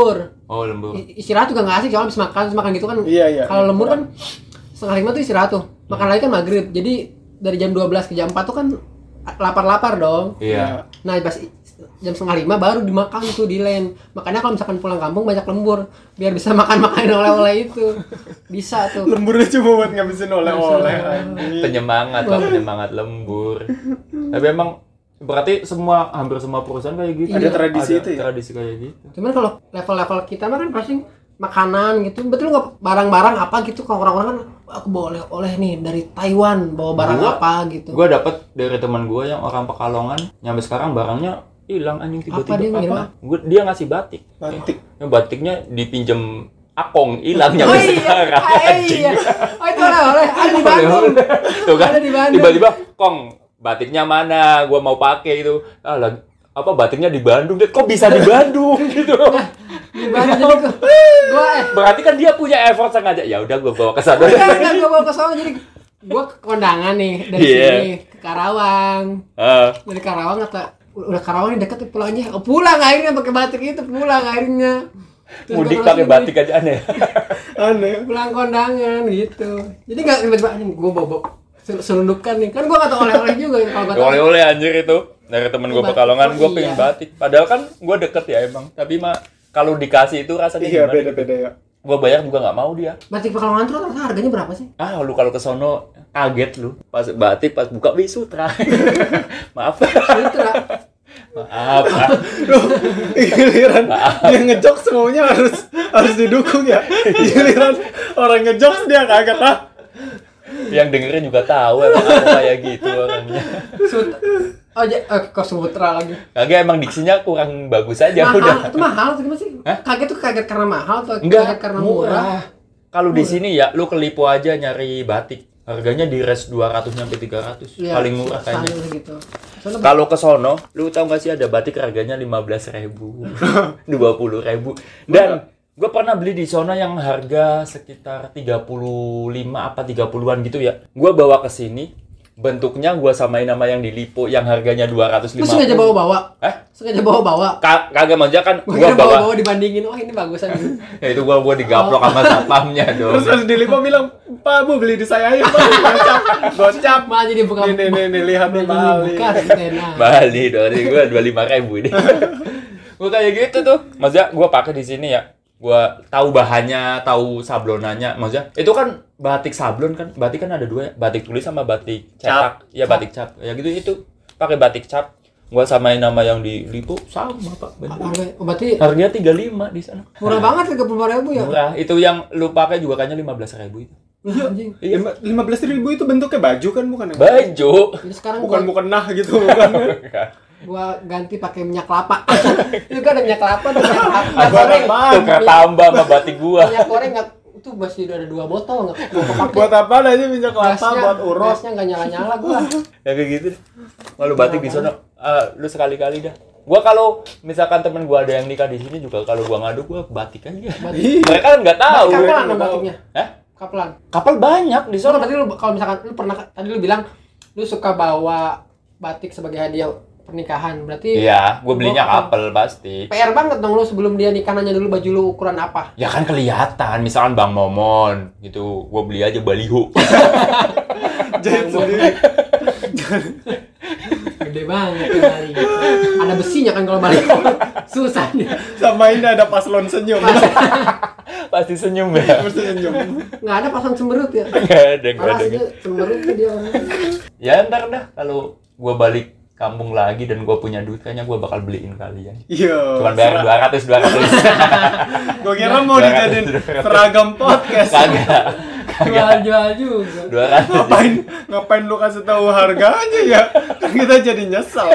Oh, lembur. I- istirahat juga nggak asik soalnya habis makan terus makan gitu kan. Iya, iya. Kalau lembur kan setengah lima tuh istirahat tuh. Makan lagi kan maghrib. Jadi dari jam dua belas ke jam empat tuh kan lapar-lapar dong. Iya. Nah pas jam setengah lima baru dimakan tuh di land. Makanya kalau misalkan pulang kampung banyak lembur biar bisa makan makanan oleh-oleh itu. Bisa tuh. Lemburnya cuma buat ngabisin oleh-oleh. Penyemangat lah, penyemangat lembur. Tapi emang berarti semua hampir semua perusahaan kayak gitu. Ada tradisi Ada itu ya? Tradisi kayak gitu. Cuman kalau level-level kita mah kan pasti makanan gitu. Betul nggak barang-barang apa gitu kalau orang-orang kan aku bawa oleh-oleh nih dari Taiwan bawa barang Gua- apa gitu. Gue dapat dari teman gue yang orang Pekalongan, nyampe sekarang barangnya hilang anjing Apa dia tiba-tiba ngirim? apa? Gua, dia ngasih batik. Batik. Ya, batiknya dipinjem Akong, hilang Oh nyampe iya, sekarang. ah, iya. Oh itu oleh-oleh ada di Bandung. Tuh kan, Ada di Bandung. tiba-tiba, Kong, batiknya mana? Gua mau pakai itu. Ah, lagi, apa batiknya di Bandung? Dia, kok bisa di Bandung gitu? Di Bandung jadi gua, gua eh Berarti kan dia punya effort sengaja. Ya udah gua bawa ke sana. enggak enggak gua bawa ke sana jadi gua ke kondangan nih dari Iya. sini ke Karawang. Ah, Dari Karawang kata udah Karawang nih deket pulang aja. Oh, pulang akhirnya pakai batik itu pulang akhirnya. Terus mudik gua pakai terus batik aja aneh. Aneh. pulang kondangan gitu. Jadi enggak tiba-tiba nih gua bawa sel- selundupkan nih. Kan gua enggak tahu oleh-oleh juga ya kalau enggak tahu. Oleh-oleh anjir itu. Dari temen gue Batik. Pekalongan, gue Oh, pengen iya. batik. Padahal kan gue deket ya emang. Tapi mah kalau dikasih itu rasanya Iya, gimana? beda-beda ya. Gue bayar juga nggak mau dia. Batik Pekalongan tuh rata harganya berapa sih? Ah, lu kalau ke sono kaget lu. Pas batik, pas buka wih sutra. Maaf. Sutra. Maaf. ah. Giliran dia ngejok semuanya harus harus didukung ya. Giliran orang ngejok dia kaget ah. Yang dengerin juga tahu emang aku kayak gitu orangnya. Sutra. Oh, ja, eh, kok Sutra lagi. Kagak emang diksinya kurang bagus aja Mahal, udah. itu mahal atau gimana sih? Hah? Kaget tuh kaget karena mahal atau kaget Enggak, karena murah? Kalau di sini ya lu ke Lipo aja nyari batik. Harganya di res dua ratus sampai tiga ratus. Iya, Paling murah kayaknya. standar gitu. Soalnya Kalau ke sono, lu tau gak sih ada batik harganya lima belas ribu, dua puluh ribu. Dan gue pernah beli di sono yang harga sekitar tiga puluh lima apa tiga puluhan gitu ya. Gue bawa ke sini, bentuknya gue samain sama yang di Lipo yang harganya dua ratus Terus lima puluh. sengaja bawa-bawa? Eh? Sengaja bawa-bawa? Ka- kagak manja kan Gue gue kira bawa. bawa-bawa dibandingin, oh ini bagusan. Ya itu gue gua digaplok sama satpamnya dong. Terus harus dilipo bilang, "Pak, Bu beli di saya aja, Pak." Gocap. Gocap. Malah jadi buka. Nih nih nih, nih lihat nih Malah Bali. jadi buka antena. Bali dong, gue dua puluh lima ribu ini. Gue kayak gitu tuh. Maksudnya gue pakai di sini ya. Gue tahu bahannya, tahu sablonannya. Maksudnya itu kan batik sablon kan. Batik kan ada dua ya. Batik tulis sama batik cetak. Ya batik cap. Ya gitu itu. Pakai batik cap. Gue samain nama yang di Lipo sama Pak. Bener. Harga, oh, berarti Harganya tiga puluh lima di sana. murah banget tiga puluh ribu ya? Murah. Itu yang lu pakai juga kayaknya lima belas ribu itu. Iya, anjing. Iya. lima belas ribu itu bentuknya baju kan bukan ya? Baju. Jadi sekarang Bukan gua, bukan nah gitu bukan. gua ganti pakai minyak kelapa. Itu kan ada minyak kelapa tuh minyak, minyak Buat goreng. apaan? Tukar tambah sama batik gua. Minyak goreng nggak itu masih ada dua botol nggak mau kepake. Buat apa aja minyak kelapa buat urut. Gasnya nggak nyala-nyala gua. Ya kayak gitu deh. Kalau batik di sana, ah, lu sekali-kali dah. Gua kalau misalkan temen gua ada yang nikah di sini juga kalau gua ngadu gua batik aja. Batik. Mereka kan nggak tahu. Kapelan dong batiknya. Hah? Kapelan. Kapal banyak di So, sana. berarti lu kalau misalkan lu pernah tadi lu bilang lu suka bawa batik sebagai hadiah pernikahan. Berarti Iya, gua belinya Gua- kapal pasti. P R banget dong lu sebelum dia nikah nanya dulu baju lu ukuran apa. Ya kan kelihatan, misalkan Bang Momon gitu, gua beli aja baliho. Jahit sendiri. Gede banget ya balik. Ada besinya kan kalau balik. Susah nih. Sama ini ada paslon senyum. Pasti senyum ya. Mesti senyum. Nggak ada pasang cemberut ya. Nggak ada, nggak Malah ada. dia cemberut tuh dia orangnya. Ya ntar dah kalau gua balik kampung lagi dan gua punya duit kayaknya gua bakal beliin kalian. Iya. Cuman bayar dua ratus dua ratus. Gua kira mau dijadiin seragam podcast. Kagak. Jual-jual juga. dua ratus. Ngapain ngapain lu kasih tahu harganya ya? Kan kita jadi nyesel.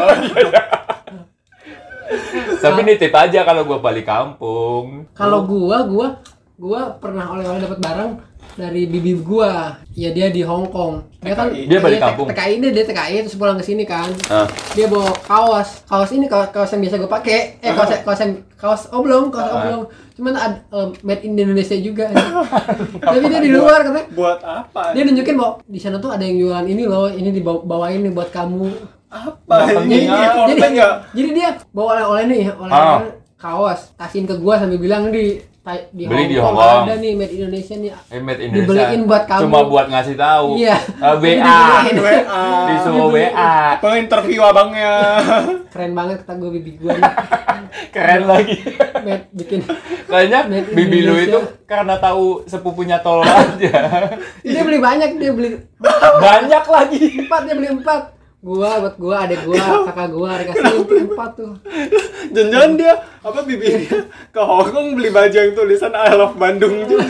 Tapi nitip aja kalau gua balik kampung. Kalau gua, gua, gua pernah oleh-oleh dapat barang dari bibi gua. Ya dia di Hong Kong. Dia kan Dia balik kampung? T K I ini dia T K I terus pulang ke sini kan. Ah. Dia bawa kaos. Kaos ini kaos, kaos yang biasa gua pakai. Eh kaos kaos yang kaos oblong, kaos Ah. oblong. Cuman ada um, made in Indonesia juga. Tapi dia di luar katanya. Buat apa? Dia nunjukin bahwa di sana tuh ada yang jualan ini loh, ini dibawain nih buat kamu. Apa? Nggak Ini penting, ah. effortnya Jadi, enggak? jadi dia bawa oleh-oleh nih, oleh Ah. kaos, kasihin ke gua sambil bilang di di Beli di Hong Kong Hongkong. ada nih made Indonesia nih. Eh, made Indonesia. Dibeliin buat kamu. Cuma buat ngasih tahu. Iya. Uh, W A. Dibeliin. W A. Disuruh W A. Penginterview abangnya. Keren banget kata gua bibi gua nih. Keren lagi. Made bikin Kayaknya Made in bibi lu Indonesia. itu karena tahu sepupunya tolol aja. dia beli banyak, dia beli Banyak lagi. empat, dia beli empat. Gua buat gua, adek gua, kakak gua dikasihin empat tuh. Jangan-jangan dia apa bibirnya ke Hongkong beli baju yang tulisan I love Bandung juga.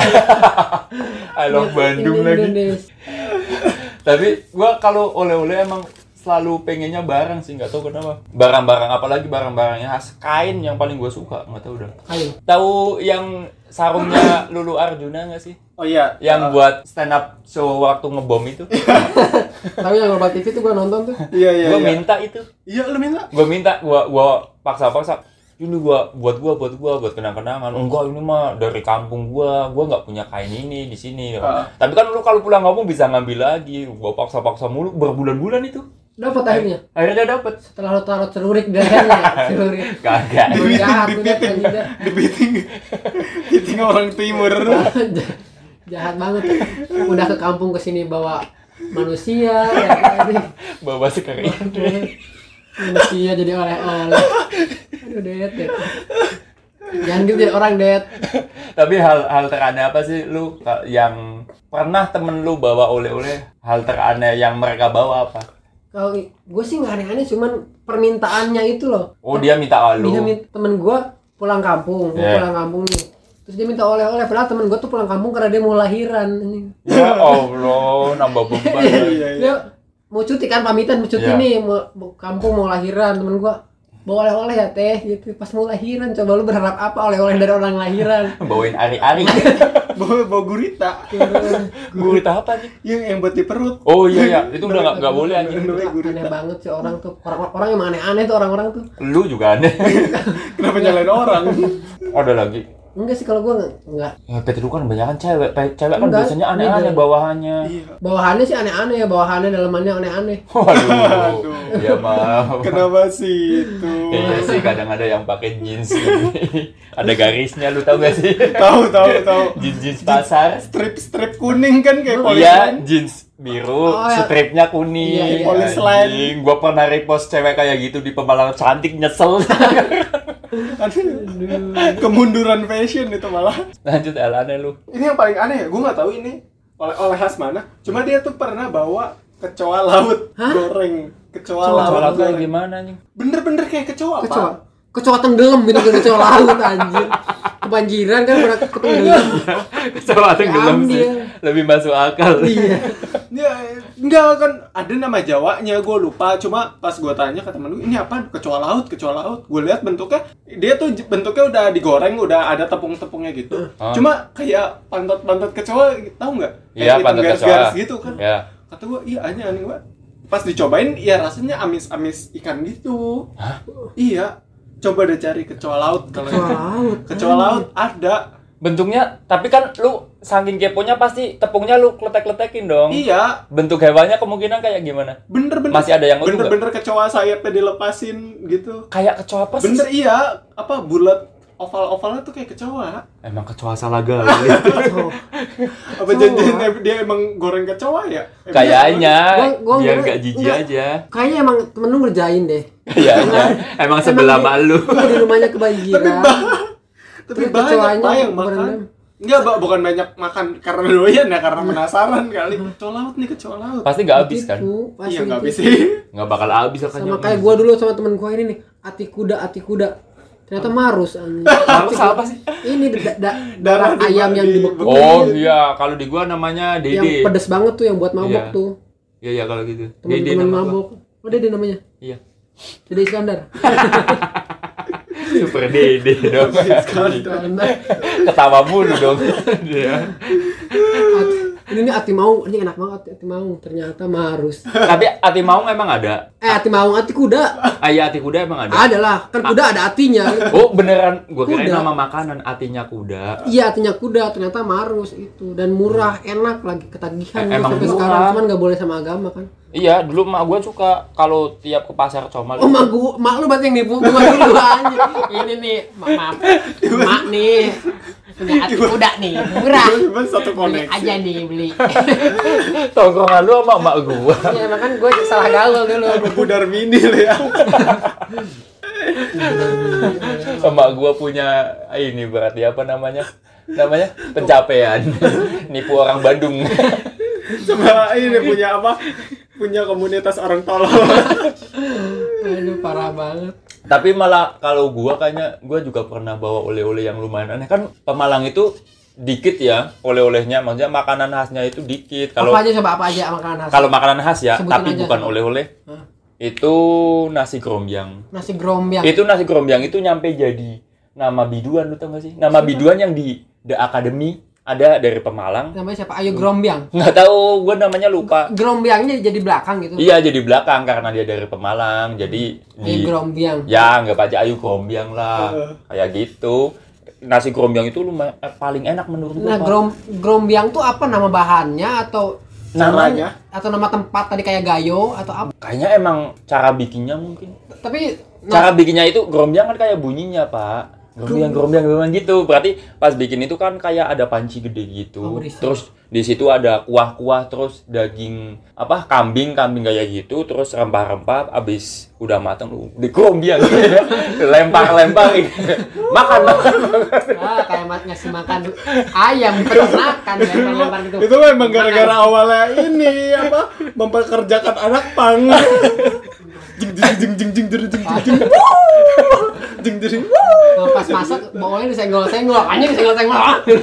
I love Made in Bandung lagi. Indonesia. Tapi gua kalau oleh-oleh emang selalu pengennya barang sih, nggak tahu kenapa. Barang-barang apalagi barang-barangnya khas kain yang paling gua suka, nggak tahu dah. Kain. Tahu yang sarungnya Lulu Arjuna nggak sih? Oh iya, Yang buat stand up show waktu ngebom itu. Tapi yang Global T V tuh gua nonton tuh. iya iya. Gua iya. minta itu. Iya, lu minta. Gua minta, gua gua paksa-paksa. Ini gua buat gua buat gua buat kenang-kenangan. Enggak, ini mah dari kampung gua. Gua nggak punya kain ini di sini. Ah. Tapi kan lu kalau pulang kampung bisa ngambil lagi. Gua paksa-paksa mulu berbulan-bulan itu. Dapat akhirnya. Akhirnya dapet. Setelah lo taruh celurik di lehernya, celurik. Kagak. Emang jahat udah Dipiting, anjing dah. dipiting, dipiting orang timur. Jahat banget. Udah ke kampung kesini bawa manusia, ya kan? Bawa sekering. Manusia jadi oleh-oleh. Aduh, det, det. Jangan gitu jadi orang, det. Tapi hal hal teraneh apa sih lu ka- yang pernah temen lu bawa oleh-oleh? Hal teraneh yang mereka bawa apa? Kalau gue sih nggak aneh-aneh, cuman permintaannya itu loh. Oh, dia minta ah, lu. Dia minta, temen gue pulang kampung, mau Yeah. pulang kampung nih. Terus dia minta oleh-oleh, padahal temen gue tuh pulang kampung karena dia mau lahiran. Ini. Ya Allah, nambah beban. Iya, iya. Dia mau cuti kan, pamitan mau cuti Yeah. nih, mau, mau kampung mau lahiran, temen gue bawa oleh-oleh ya teh, gitu. Pas mau lahiran, coba lu berharap apa oleh-oleh dari orang lahiran? Bawain ari-ari. Bawa bawa gurita. Gurita apa nih? Yang yang buat di perut. Oh iya ya, itu udah nggak nggak boleh anjing. Namanya gurita. Aneh banget sih orang tuh, orang orang emang aneh-aneh tuh orang-orang tuh. Lu juga aneh. Kenapa nyalain orang? Ada lagi. Enggak sih, kalau gue nggak nggak Ya, P T kan banyak kan cewek. Pe- Cewek kan Enggak, biasanya aneh-aneh beda. bawahannya. Iya. bawahannya sih aneh-aneh ya, bawahannya dalamannya aneh-aneh. Waduh. Aduh. Ya maaf. Kenapa sih itu? Iya sih, kadang ada yang pakai jeans gini. Ada garisnya, lu tahu gak sih? Tahu tahu tahu. Jeans jeans pasar. Strip-strip kuning kan kayak Oh, polis iya, line. jeans biru, Oh, ya. stripnya kuning. Iya, iya. Polis line. Anjing, gua pernah repost cewek kayak gitu di Pemalang Cantik, nyesel. Aduh. Kemunduran fashion itu malah. Lanjut, El, aneh lu. Ini yang paling aneh ya, gue nggak tahu ini oleh oleh khas mana. Cuma dia tuh pernah bawa kecoa laut Hah? goreng, kecoa Kecoa laut Soal kayak goreng. gimana anjing? Bener-bener kayak kecoa, Kecoa, Pak. kecoa tenggelam gitu, kecoa laut anjir. Kebanjiran kan pernah ketenggelam. Soal tenggelam sih. Ambil. Lebih masuk akal. Iya. Ya, enggak kan ada nama Jawanya, gue lupa. Cuma pas gue tanya ke temen gue, ini apa? Kecoa laut, kecoa laut. Gue lihat bentuknya, dia tuh j- bentuknya udah digoreng, udah ada tepung-tepungnya gitu. Ah. Cuma kayak pantat-pantat kecoa, tahu nggak? Iya, Kayak hitam pantat garis-garis kecoa. gitu kan. Ya. Kata gue, iya aneh aneh banget. Pas dicobain, ya rasanya amis-amis ikan gitu. Hah? Iya. Coba deh cari kecoa laut kalau Kecoa laut. kecoa laut ada. Bentuknya, tapi kan lu saking keponya pasti tepungnya lu kletek-kletekin dong. Iya, Bentuk hewannya kemungkinan kayak gimana? bener-bener. Masih ada yang utuh nggak? bener-bener kecoa sayapnya dilepasin gitu. Kayak kecoa persis. Bener iya, apa bulat oval-ovalnya tuh kayak kecoa. Emang kecoa salah gali. Apa janjian dia emang goreng kecoa ya? Eh, Kayaknya Gua- gua biar enggak- gak jijik enggak. aja. Kayaknya emang temen lu ngerjain deh. Kayaknya emang sebelah Emang sama lu. Iya, di rumahnya kebanjiran. Tapi Terus banyak kecoanya Pak yang berendam. makan. Enggak, Pak, bukan banyak makan karena doyan ya, karena penasaran kali. Kecoa laut nih, kecoa laut. Pasti gak habis kan? Gitu, pasti Iya, nggak gitu. habis sih. Nggak bakal habis kan. Sama kayak gua dulu sama temen gua ini nih, ati kuda, ati kuda. Ternyata marus anjing. Marus apa sih? Ini da- da- Darah darah di- ayam yang di- dibekuin. Oh iya, kalau di gua namanya Yang Dede. pedes banget tuh, yang buat mabok Iya. tuh. Iya iya kalau gitu. Dede Temen-temen nama gua. mabok. Oh, Dede namanya. Iya. Dede Iskandar. Super Dede dong. Iskandar. Ketawa mulu dong. Dia. Ini nih ati maung, ini enak banget ati maung. Ternyata marus. Tapi ati maung emang ada. Eh ati maung ati kuda. Ah iya, ati kuda emang ada. Ada lah, kan kuda ada atinya. Oh beneran, gua kirain Kuda. nama makanan atinya kuda. Iya atinya kuda, ternyata marus itu dan murah, enak lagi ketagihan Eh, emang sampai murah. sekarang cuman nggak boleh sama agama kan. Iya, dulu mak gua suka kalau tiap ke pasar Comal. Oh mak gua, mak lu berarti yang nipu gua dulu aja. Ini nih, mak maaf. Mak nih punya ati kuda nih, murah. Cuman satu Beli koneksi. aja nih beli. Tongkrongan lu sama mak gua. Ya makan gua salah gaul dulu. Budar mini lo ya. Sama gua punya ini berarti apa namanya? Namanya pencapaian. Nipu orang Bandung. Sama ini punya apa? Punya komunitas orang tolol. Aduh parah banget. Tapi malah kalau gua kayaknya gua juga pernah bawa oleh-oleh yang lumayan aneh. Kan Pemalang itu dikit ya oleh-olehnya, maksudnya makanan khasnya itu dikit. Kalau Apa aja coba apa aja makanan khas? kalau makanan khas ya, Sebutin tapi aja. bukan oleh-oleh. Hah? Itu nasi grombyang. Nasi grombyang. Itu nasi grombyang itu nyampe jadi nama biduan, lu tau gak sih? Nama biduan yang di The Academy ada dari Pemalang. Namanya siapa? Ayo grombyang. Nggak tahu, gua namanya lupa. Grombyangnya jadi belakang gitu. Iya, jadi belakang karena dia dari Pemalang. Jadi Ayo di grombyang. ya anggap aja Ayu Grombyang lah. Kayak gitu. Nasi grombyang itu lumayan eh, paling enak menurut gua. Nah, Pak. grom grombyang tuh apa nama bahannya atau Namanya atau nama tempat tadi kayak gayo atau apa? kayaknya emang cara bikinnya mungkin. Tapi Cara bikinnya itu grombyang kan kayak bunyinya, Pak. Grombyang, grombyang, grombyang gitu. Berarti pas bikin itu kan kayak ada panci gede gitu. Oh, berisik. Terus di situ ada kuah-kuah, terus daging apa kambing, kambing kayak gitu, terus rempah-rempah. Abis udah matang lu di grombyang, lempar-lempar. makan, makan, makan. ah, kayak mat ngasih makan ayam peternakan lempar-lempar gitu. Itu memang gara-gara awalnya ini apa? Mempekerjakan anak pang. Jing jing jing jing jing jing jing jing. Jing jing. Nah, pas masak bawangnya disenggol-senggol, anjing disenggol-senggol.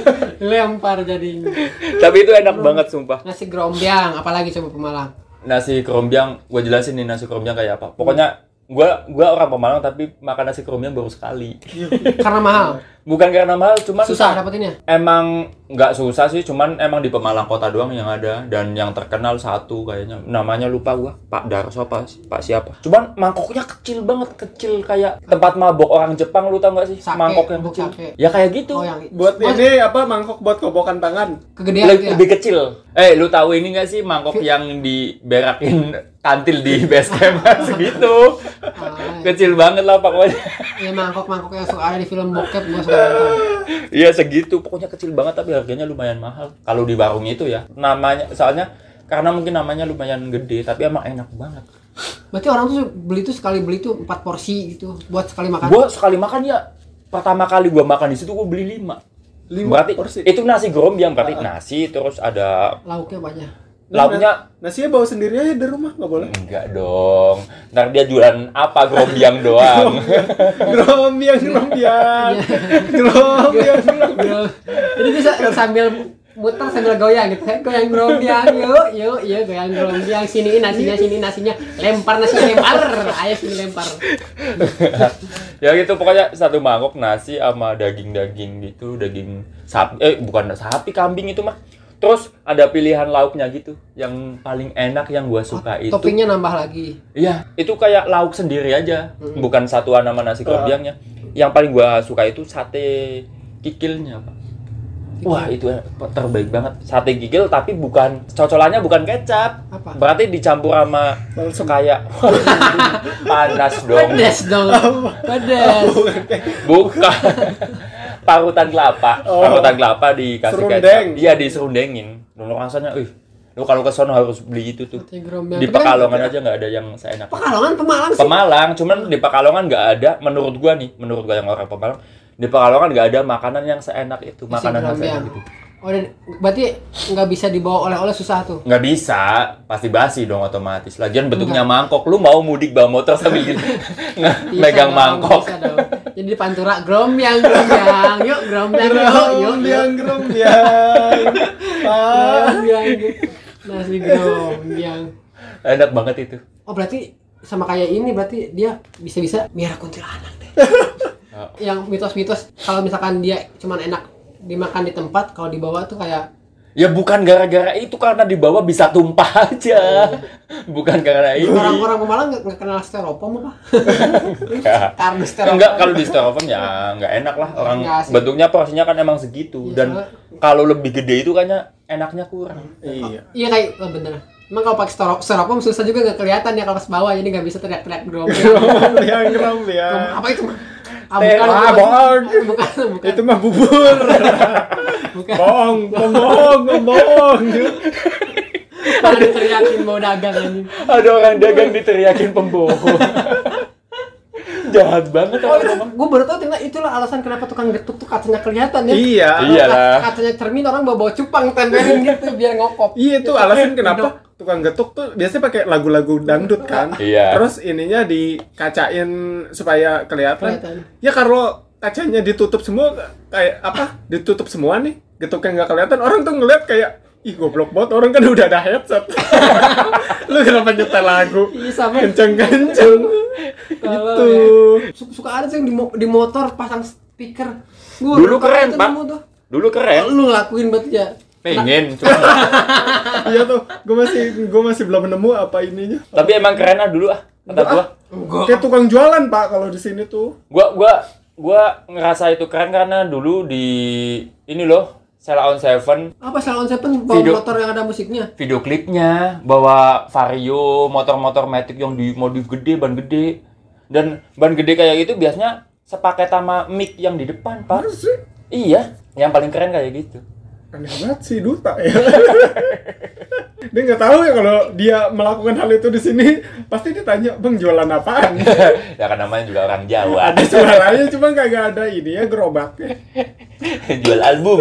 Lempar jadinya. Tapi itu enak banget sumpah. Nasi grombyang, apalagi coba Pemalang. Nasi grombyang, gue jelasin nih nasi grombyang kayak apa. Pokoknya gua gua orang Pemalang tapi makan nasi grombyang baru sekali. Karena mahal. Bukan karena mahal, cuman Susah dapetinnya. emang nggak susah sih, cuman emang di Pemalang kota doang yang ada dan yang terkenal satu kayaknya namanya lupa gua, Pak Darso apa Pak siapa. Cuman mangkoknya kecil banget, kecil kayak tempat mabok orang Jepang, lu tau nggak sih? Sake, Mangkok yang bubuk kecil. sake. Ya kayak gitu. Oh yang Buat Oh, ini apa mangkok buat kobokan tangan. kegedean Le- gitu ya. lebih kecil. Eh, lu tahu ini nggak sih mangkok yang diberakin kantil di base camp segitu? Ah, Kecil banget lah pokoknya. ya mangkok-mangkok yang suka ada di film bokep gua suka nonton. Iya segitu, pokoknya kecil banget tapi harganya lumayan mahal. Kalau di warung itu ya, namanya soalnya karena mungkin namanya lumayan gede tapi emang enak banget. Berarti orang tuh beli tuh sekali beli tuh empat porsi gitu buat sekali makan. Gua sekali makan ya, pertama kali gua makan di situ gua beli lima. Lima Berarti porsi. itu nasi grombyang, berarti nasi terus ada Lauknya banyak. lauknya. Nasinya bawa sendiri aja dari rumah, nggak boleh. Enggak dong. Ntar dia jualan apa grombyang doang. Grombyang, grombyang, grombyang, grombyang. Jadi bisa sambil muter sambil goyang gitu kan, goyang grombyang, yuk, yuk, yuk, goyang grombyang, siniin nasinya, sini nasinya, lempar nasinya, lempar, ayo sini lempar. Ya gitu pokoknya satu mangkok nasi sama daging-daging gitu, daging sapi, eh bukan sapi, kambing itu mah. Terus ada pilihan lauknya gitu, yang paling enak yang gua suka itu. Toppingnya nambah lagi. Iya, itu kayak lauk sendiri aja, Hmm. bukan satuan nama nasi grombyangnya. Yang paling gua suka itu sate kikilnya, Pak. Wah, itu terbaik banget. Sate kikil tapi bukan cocolannya bukan kecap. Apa? Berarti dicampur sama Balsem. kayak panas dong. Pedes dong, pedes. Bukan. Parutan kelapa. Oh. Parutan kelapa dikasih Serundeng. kecap. Iya, diserundengin. Dulu rasanya, ih. Lu kalau ke sono harus beli itu tuh. Sate grombyang. Di Tapi kan Pekalongan aja nggak ada yang seenak. Pekalongan Pemalang sih. Pemalang, cuman di Pekalongan nggak ada. Menurut gua nih, menurut gua yang orang Pemalang, di Pekalongan nggak ada makanan yang seenak itu, Nasi makanan yang grombyang. seenak itu. Oh, dan berarti nggak bisa dibawa oleh-oleh susah tuh. Nggak bisa, pasti basi dong otomatis. Lagian bentuknya mangkok, lu mau mudik bawa motor sambil gini, nge- Bisa megang dong, mangkok. bisa dong. Jadi di Pantura grombyang, grombyang, yuk grombyang, yuk, yuk, yuk. Grombyang, grombyang. Ah. Grombyang, nasi grombyang. Enak banget itu. Oh berarti sama kayak ini berarti dia bisa-bisa miara kuntilanak deh. Oh. Yang mitos-mitos kalau misalkan dia cuman enak dimakan di tempat, kalau dibawa tuh kayak Ya bukan gara-gara itu, karena di bawah bisa tumpah aja. Bukan karena ini. Orang-orang Pemalang nggak nggak kenal styrofoam apa? Karena styrofoam. Enggak, kalau di styrofoam ya nggak enak lah. Orang Nggak sih. bentuknya porsinya kan emang segitu. Iya, Dan soalnya- kalau lebih gede itu kayaknya enaknya kurang. Iya. Iya kayak oh, bener. Emang kalau pakai styro- styrofoam susah juga nggak kelihatan ya kalau pas bawah, jadi nggak bisa teriak-teriak gerombol. Yang geram ya. Apa itu? Ah, Teh, bukan, ah, bukan. bohong. bukan, bukan, Itu mah bubur. bukan. Bohong, bohong, bohong. Malah diteriakin mau dagang ini. Ada orang dagang diteriakin pembohong. Jahat banget Oh, orang itu, ngomong. gue baru tahu ternyata itulah alasan kenapa tukang getuk tuh kacanya kelihatan ya. Iya. Kalau Iyalah. kat- Kacanya cermin orang bawa-bawa cupang tempelin gitu biar ngokop. Iya itu alasan kenapa tukang getuk tuh biasanya pakai lagu-lagu dangdut kan. Iya. Terus ininya dikacain supaya kelihatan. Kelihatan. Ya kalau kacanya ditutup semua kayak apa? Ditutup semua nih, getuknya nggak kelihatan. Orang tuh ngeliat kayak ih goblok banget, orang kan udah ada headset. Lu kenapa nyetel lagu? Iya sama. Kenceng-kenceng. Kalau Gitu. ya, su- suka ada sih yang di, mo- di motor pasang speaker. Gua Dulu baru keren, itu Pak. nemu tuh. Dulu keren. Lu ngelakuin berarti ya. Pengen, cuma Iya tuh, gue masih gue masih belum nemu apa ininya. tapi emang keren lah dulu ah. Kata gua. Enggak. Kayak tukang jualan pak kalau di sini tuh. Gua gua gua ngerasa itu keren karena dulu di ini loh, Sheila on Seven Apa Salon Seven bawa Video. motor yang ada musiknya? video klipnya bawa Vario, motor-motor Matic yang di modif gede, ban gede. Dan ban gede kayak gitu biasanya sepaket sama mic yang di depan, Pak. Harus sih. Iya, yang paling keren kayak gitu. Aneh banget sih duta ya. Dia nggak tahu ya kalau dia melakukan hal itu di sini pasti ditanya bang jualan apaan. Ya kan namanya juga orang Jawa. Ada suaranya cuma kagak ada ini ya gerobaknya. Jual album.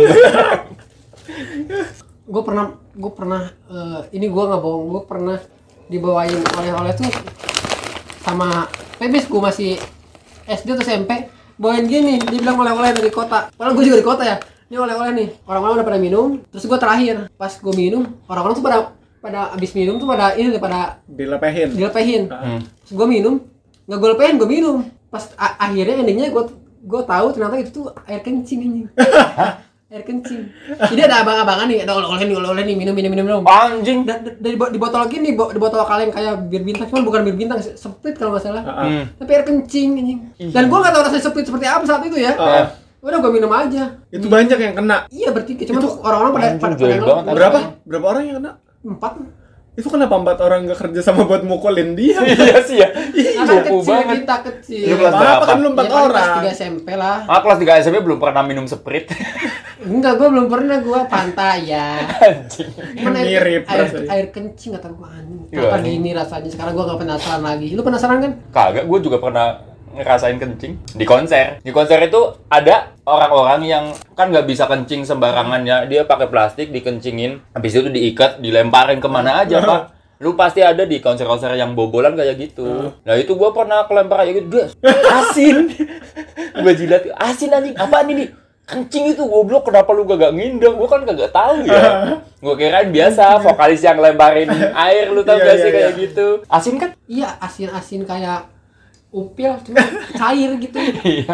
Gue pernah gue pernah eh, ini gue nggak bohong, gue pernah dibawain oleh-oleh tuh sama Pebis. Gue masih S D atau S M P, bawain gini, dia bilang oleh-oleh dari kota. Padahal gue juga di kota ya. Ini oleh-oleh nih, orang-orang udah pada minum, terus gue terakhir. Pas gue minum, orang-orang tuh pada pada abis minum tuh pada ini tuh, pada Dilepehin. dilepehin. Hmm. Terus gue minum, nggak gue lepehin, gue minum. Pas a- akhirnya endingnya gue gue tahu ternyata itu tuh air kencing anjing. Air kencing. Jadi ada abang-abangan nih, ada oleh-oleh nih, oleh-oleh nih, minum minum minum minum. Anjing. Da- da- Dari bo- di botol gini, bo- di botol kaleng kayak bir bintang, cuman bukan bir bintang, sempit kalau nggak salah. Hmm. Tapi air kencing anjing. Dan gue nggak tahu rasanya sempit seperti apa saat itu ya. Ah. Udah gue minum aja. Itu banyak yang kena. Iya bertiga, cuman Itu tuh orang-orang pada anjing, pada jahil pada banget. Berapa? Berapa orang yang kena? Empat. Itu kenapa empat orang nggak kerja sama buat mukulin dia? Iya sih ya. Nah, kan Cupu kecil banget. kita kecil. Lu kelas Apa berapa? kan lu empat Ya, paling orang? kelas tiga S M P lah. Ah, kelas tiga S M P belum pernah minum Sprite. Enggak, gue belum pernah, gue pantai ya. Anjing. Cuman air, Mirip air, rasanya. air kencing kata gue anjing. Iya, Kenapa anjing. gini rasanya? Sekarang gue gak penasaran lagi. Lu penasaran kan? Kagak, gue juga pernah ngerasain kencing di konser. Di konser itu ada orang-orang yang kan nggak bisa kencing sembarangan ya. Dia pakai plastik dikencingin, habis itu diikat, dilemparin kemana aja, Pak. Lu pasti ada di konser-konser yang bobolan kayak gitu. Nah itu gua pernah kelempar kayak gitu, Des, asin. Gua jilat, asin anjing, apaan ini? Kencing itu goblok, kenapa lu gak ngindar? Gua kan kagak tahu ya. Gua kirain biasa vokalis yang lemparin air, lu tau Iya, gak iya, sih kayak iya. gitu. Asin kan? Iya, asin-asin kayak upil, cuma cair gitu. Iya.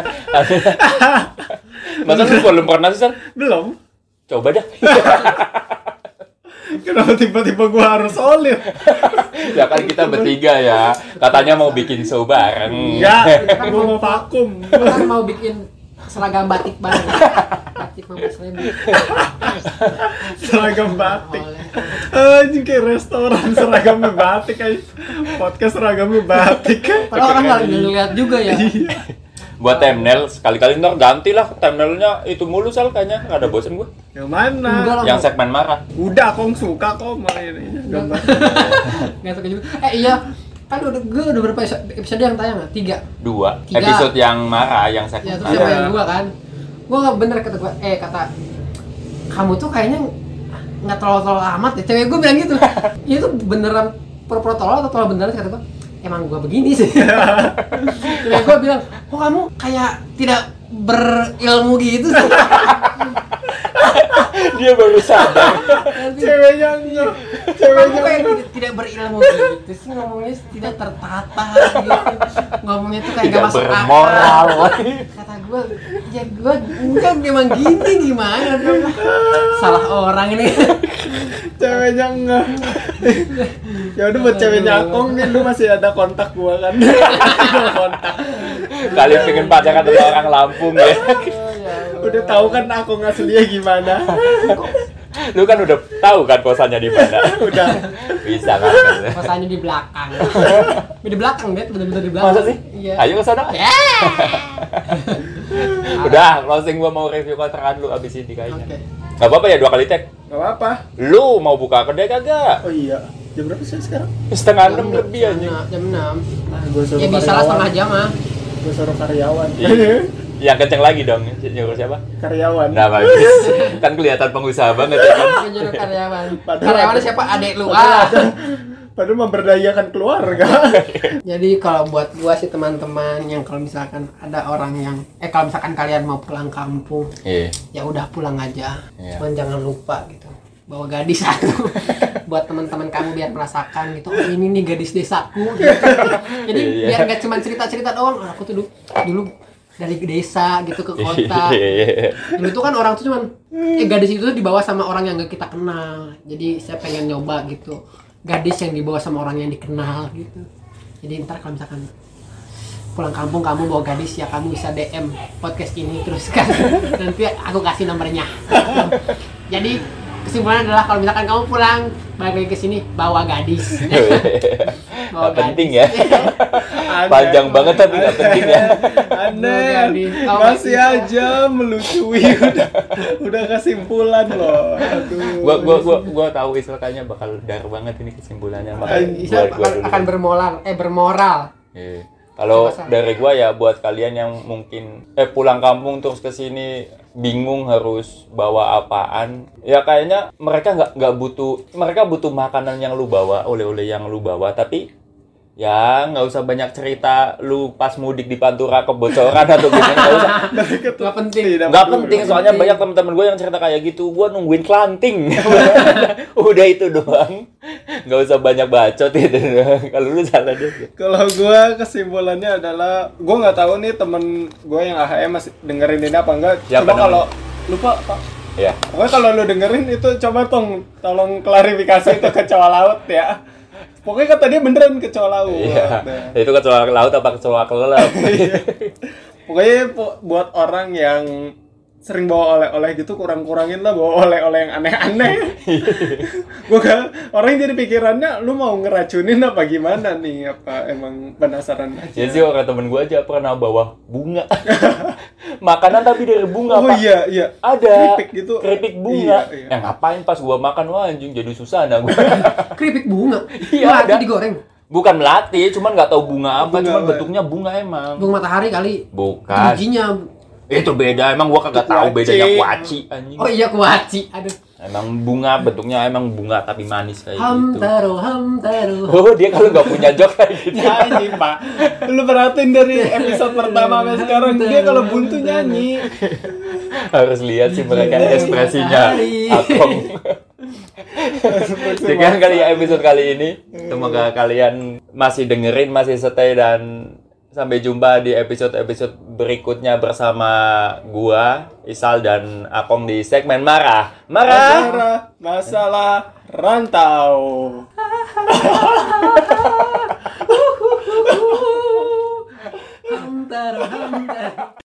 Masa lu belum pernah sih, Sal? Belum. Coba dah. Kenapa tiba-tiba gua harus solid? Ya kan kita bertiga ya. Katanya mau bikin show bareng. Enggak, gua mau vakum. Kan mau bikin seragam batik bareng. Batik lima belas ribu. Seragam batik. Oleh. Anjing kayak restoran seragamnya batik aja. Podcast seragamnya batik. Padahal orang nggak ngeliat juga ya. Buat thumbnail sekali-kali ntar ganti lah thumbnailnya itu mulu Sal kayaknya. Ada bosen gua. Yang mana? Enggak lah. Yang segmen marah. Udah, kong suka kok main ini gambar. Nggak suka juga. Eh iya, kan udah gue udah berapa episode yang tayang nggak? Tiga. Dua. Tiga. Episode yang marah, yang Ya segmen terus Iya. sama marah. yang dua kan. Gue nggak bener kata gue. Eh kata kamu tuh kayaknya nggak terlalu-terlalu amat ya. Cewek gue bilang gitu. Ya itu beneran pura-pura tolol atau tolol beneran sih, kata gue. Emang gue begini sih. Cewek gue bilang, kok kamu kayak tidak berilmu gitu sih? Dia baru sadar. Ceweknya enggak. Kamu Ceweknya kayak tidak, tidak berilmu gitu sih, ngomongnya tidak tertata gitu. Ngomongnya tuh kayak Tidak gak masuk bermoral. akal. Kata gue, ya gue enggak memang gini gimana dong. Salah orang ini. ceweknya enggak. Ya udah buat ceweknya Akong nih, lu masih ada kontak gua kan. kontak. Kalian pengen pacaran sama orang Lampung ya. Udah tahu kan Akong aslinya gimana. Lu kan udah tahu kan kosannya di mana. Udah. Bisa kan? Kosannya di belakang. Di belakang, Bet, bener-bener di belakang. Masa sih? Iya. Ayo ke sana. Ya. Udah, closing gua mau review kontrakan lu abis ini kayaknya. Oke. Gak apa-apa ya, dua kali tag. Gak apa-apa. Lu mau buka kedai kagak? Oh iya. Jam berapa sih sekarang? Setengah enam lebih anjing. Jam enam. Nah, gua suruh Ya bisa lah setengah jam ah. Gua suruh karyawan. Iya. Yang kenceng lagi dong, nyuruh siapa? karyawan. Nah, bagus. Kan kelihatan pengusaha banget ya kan. Menyuruh karyawan. Padahal Karyawannya ada- siapa? Adek lu ah. Padahal memberdayakan keluarga. Jadi kalau buat gua sih teman-teman yang kalau misalkan ada orang yang eh kalau misalkan kalian mau pulang kampung, Iya. ya udah pulang aja. Iya. Cuman jangan lupa gitu. Bawa gadis satu buat teman-teman kamu biar merasakan gitu. Oh, ini nih gadis desaku. Gitu. Jadi Iya. biar nggak cuma cerita-cerita doang. "Ah, aku tuh dulu, dulu dari desa gitu ke kota." Iya. Dulu tuh kan orang tuh cuman eh gadis itu tuh dibawa sama orang yang gak kita kenal. Jadi saya pengen nyoba gitu. Gadis yang dibawa sama orang yang dikenal gitu. Jadi ntar kalau misalkan pulang kampung kamu bawa gadis ya kamu bisa D M podcast ini terus kan nanti aku kasih nomornya. Jadi kesimpulannya adalah kalau misalkan kamu pulang balik lagi ke sini bawa gadis. Bawa Gak penting ya. Aneh. Panjang banget tapi gak penting ya. Aneh. Gadis. Oh, Masih bisa. aja melucui udah udah kesimpulan loh. Aduh. Gua gua gua gua tahu Isra kayaknya bakal dar banget ini kesimpulannya makanya Bisa gua gua akan, dulu. akan bermoral eh bermoral. Iya. Kalau Masa? dari gua ya buat kalian yang mungkin eh pulang kampung terus ke sini bingung harus bawa apaan, ya kayaknya mereka nggak nggak butuh mereka butuh makanan yang lu bawa, oleh-oleh yang lu bawa, tapi ya nggak usah banyak cerita lu pas mudik di Pantura kebocoran atau gimana, nggak usah. Nggak penting. Tidak Nggak peduli. penting soalnya banyak teman-teman gue yang cerita kayak gitu, gue nungguin kelanting. Udah itu doang, nggak usah banyak bacot itu doang. Kalau lu salah deh. Kalau gue kesimpulannya adalah gue nggak tahu nih temen gue yang A H M masih dengerin ini apa enggak. Siapa Coba kalau namanya? lupa Pak. Ya. Pokoknya kalau lu dengerin itu coba tong tolong klarifikasi itu kecoa laut ya. Pokoknya kata dia beneran kecoa laut. Iya. Nah. Itu kecoa laut apa kecoa kelelep? Pokoknya po- buat orang yang sering bawa oleh-oleh gitu kurang-kurangin lah bawa oleh-oleh yang aneh-aneh. Gue kan orang jadi pikirannya lu mau ngeracunin apa gimana nih, apa emang penasaran aja. Ya sih orang temen gue aja pernah bawa bunga. Makanan tapi dari bunga, Oh Pak. iya iya. Ada Keripik gitu. keripik bunga. Iya, iya. Ya ngapain pas gua makan, wah anjing jadi susah nah gua. Keripik bunga. Iya, Melati ada. digoreng. Bukan melati, cuman nggak tahu bunga apa, Bunga cuman apa? bentuknya bunga emang. Bunga matahari kali. Bukan. Bijinya. Itu beda, emang gua kagak Itu tahu kuaci. bedanya kuaci anjing. Oh iya kuaci. Aduh. Emang bunga bentuknya emang bunga tapi manis kayak gitu. Hamtaro hamtaro. Oh, dia kalau nggak punya jok kayak gitu. Nyanyi Pak. Lu perhatiin dari episode pertama sampai sekarang dia kalau buntu nyanyi. Harus lihat sih mereka Iya, ekspresinya. matahari. Akong. Sekian kali ya episode kali ini. Semoga kalian masih dengerin, masih stay, dan sampai jumpa di episode-episode berikutnya bersama gua, Isal, dan Akong di segmen Marah. Marah! Masalah masalah rantau. Hamtaro hamtaro.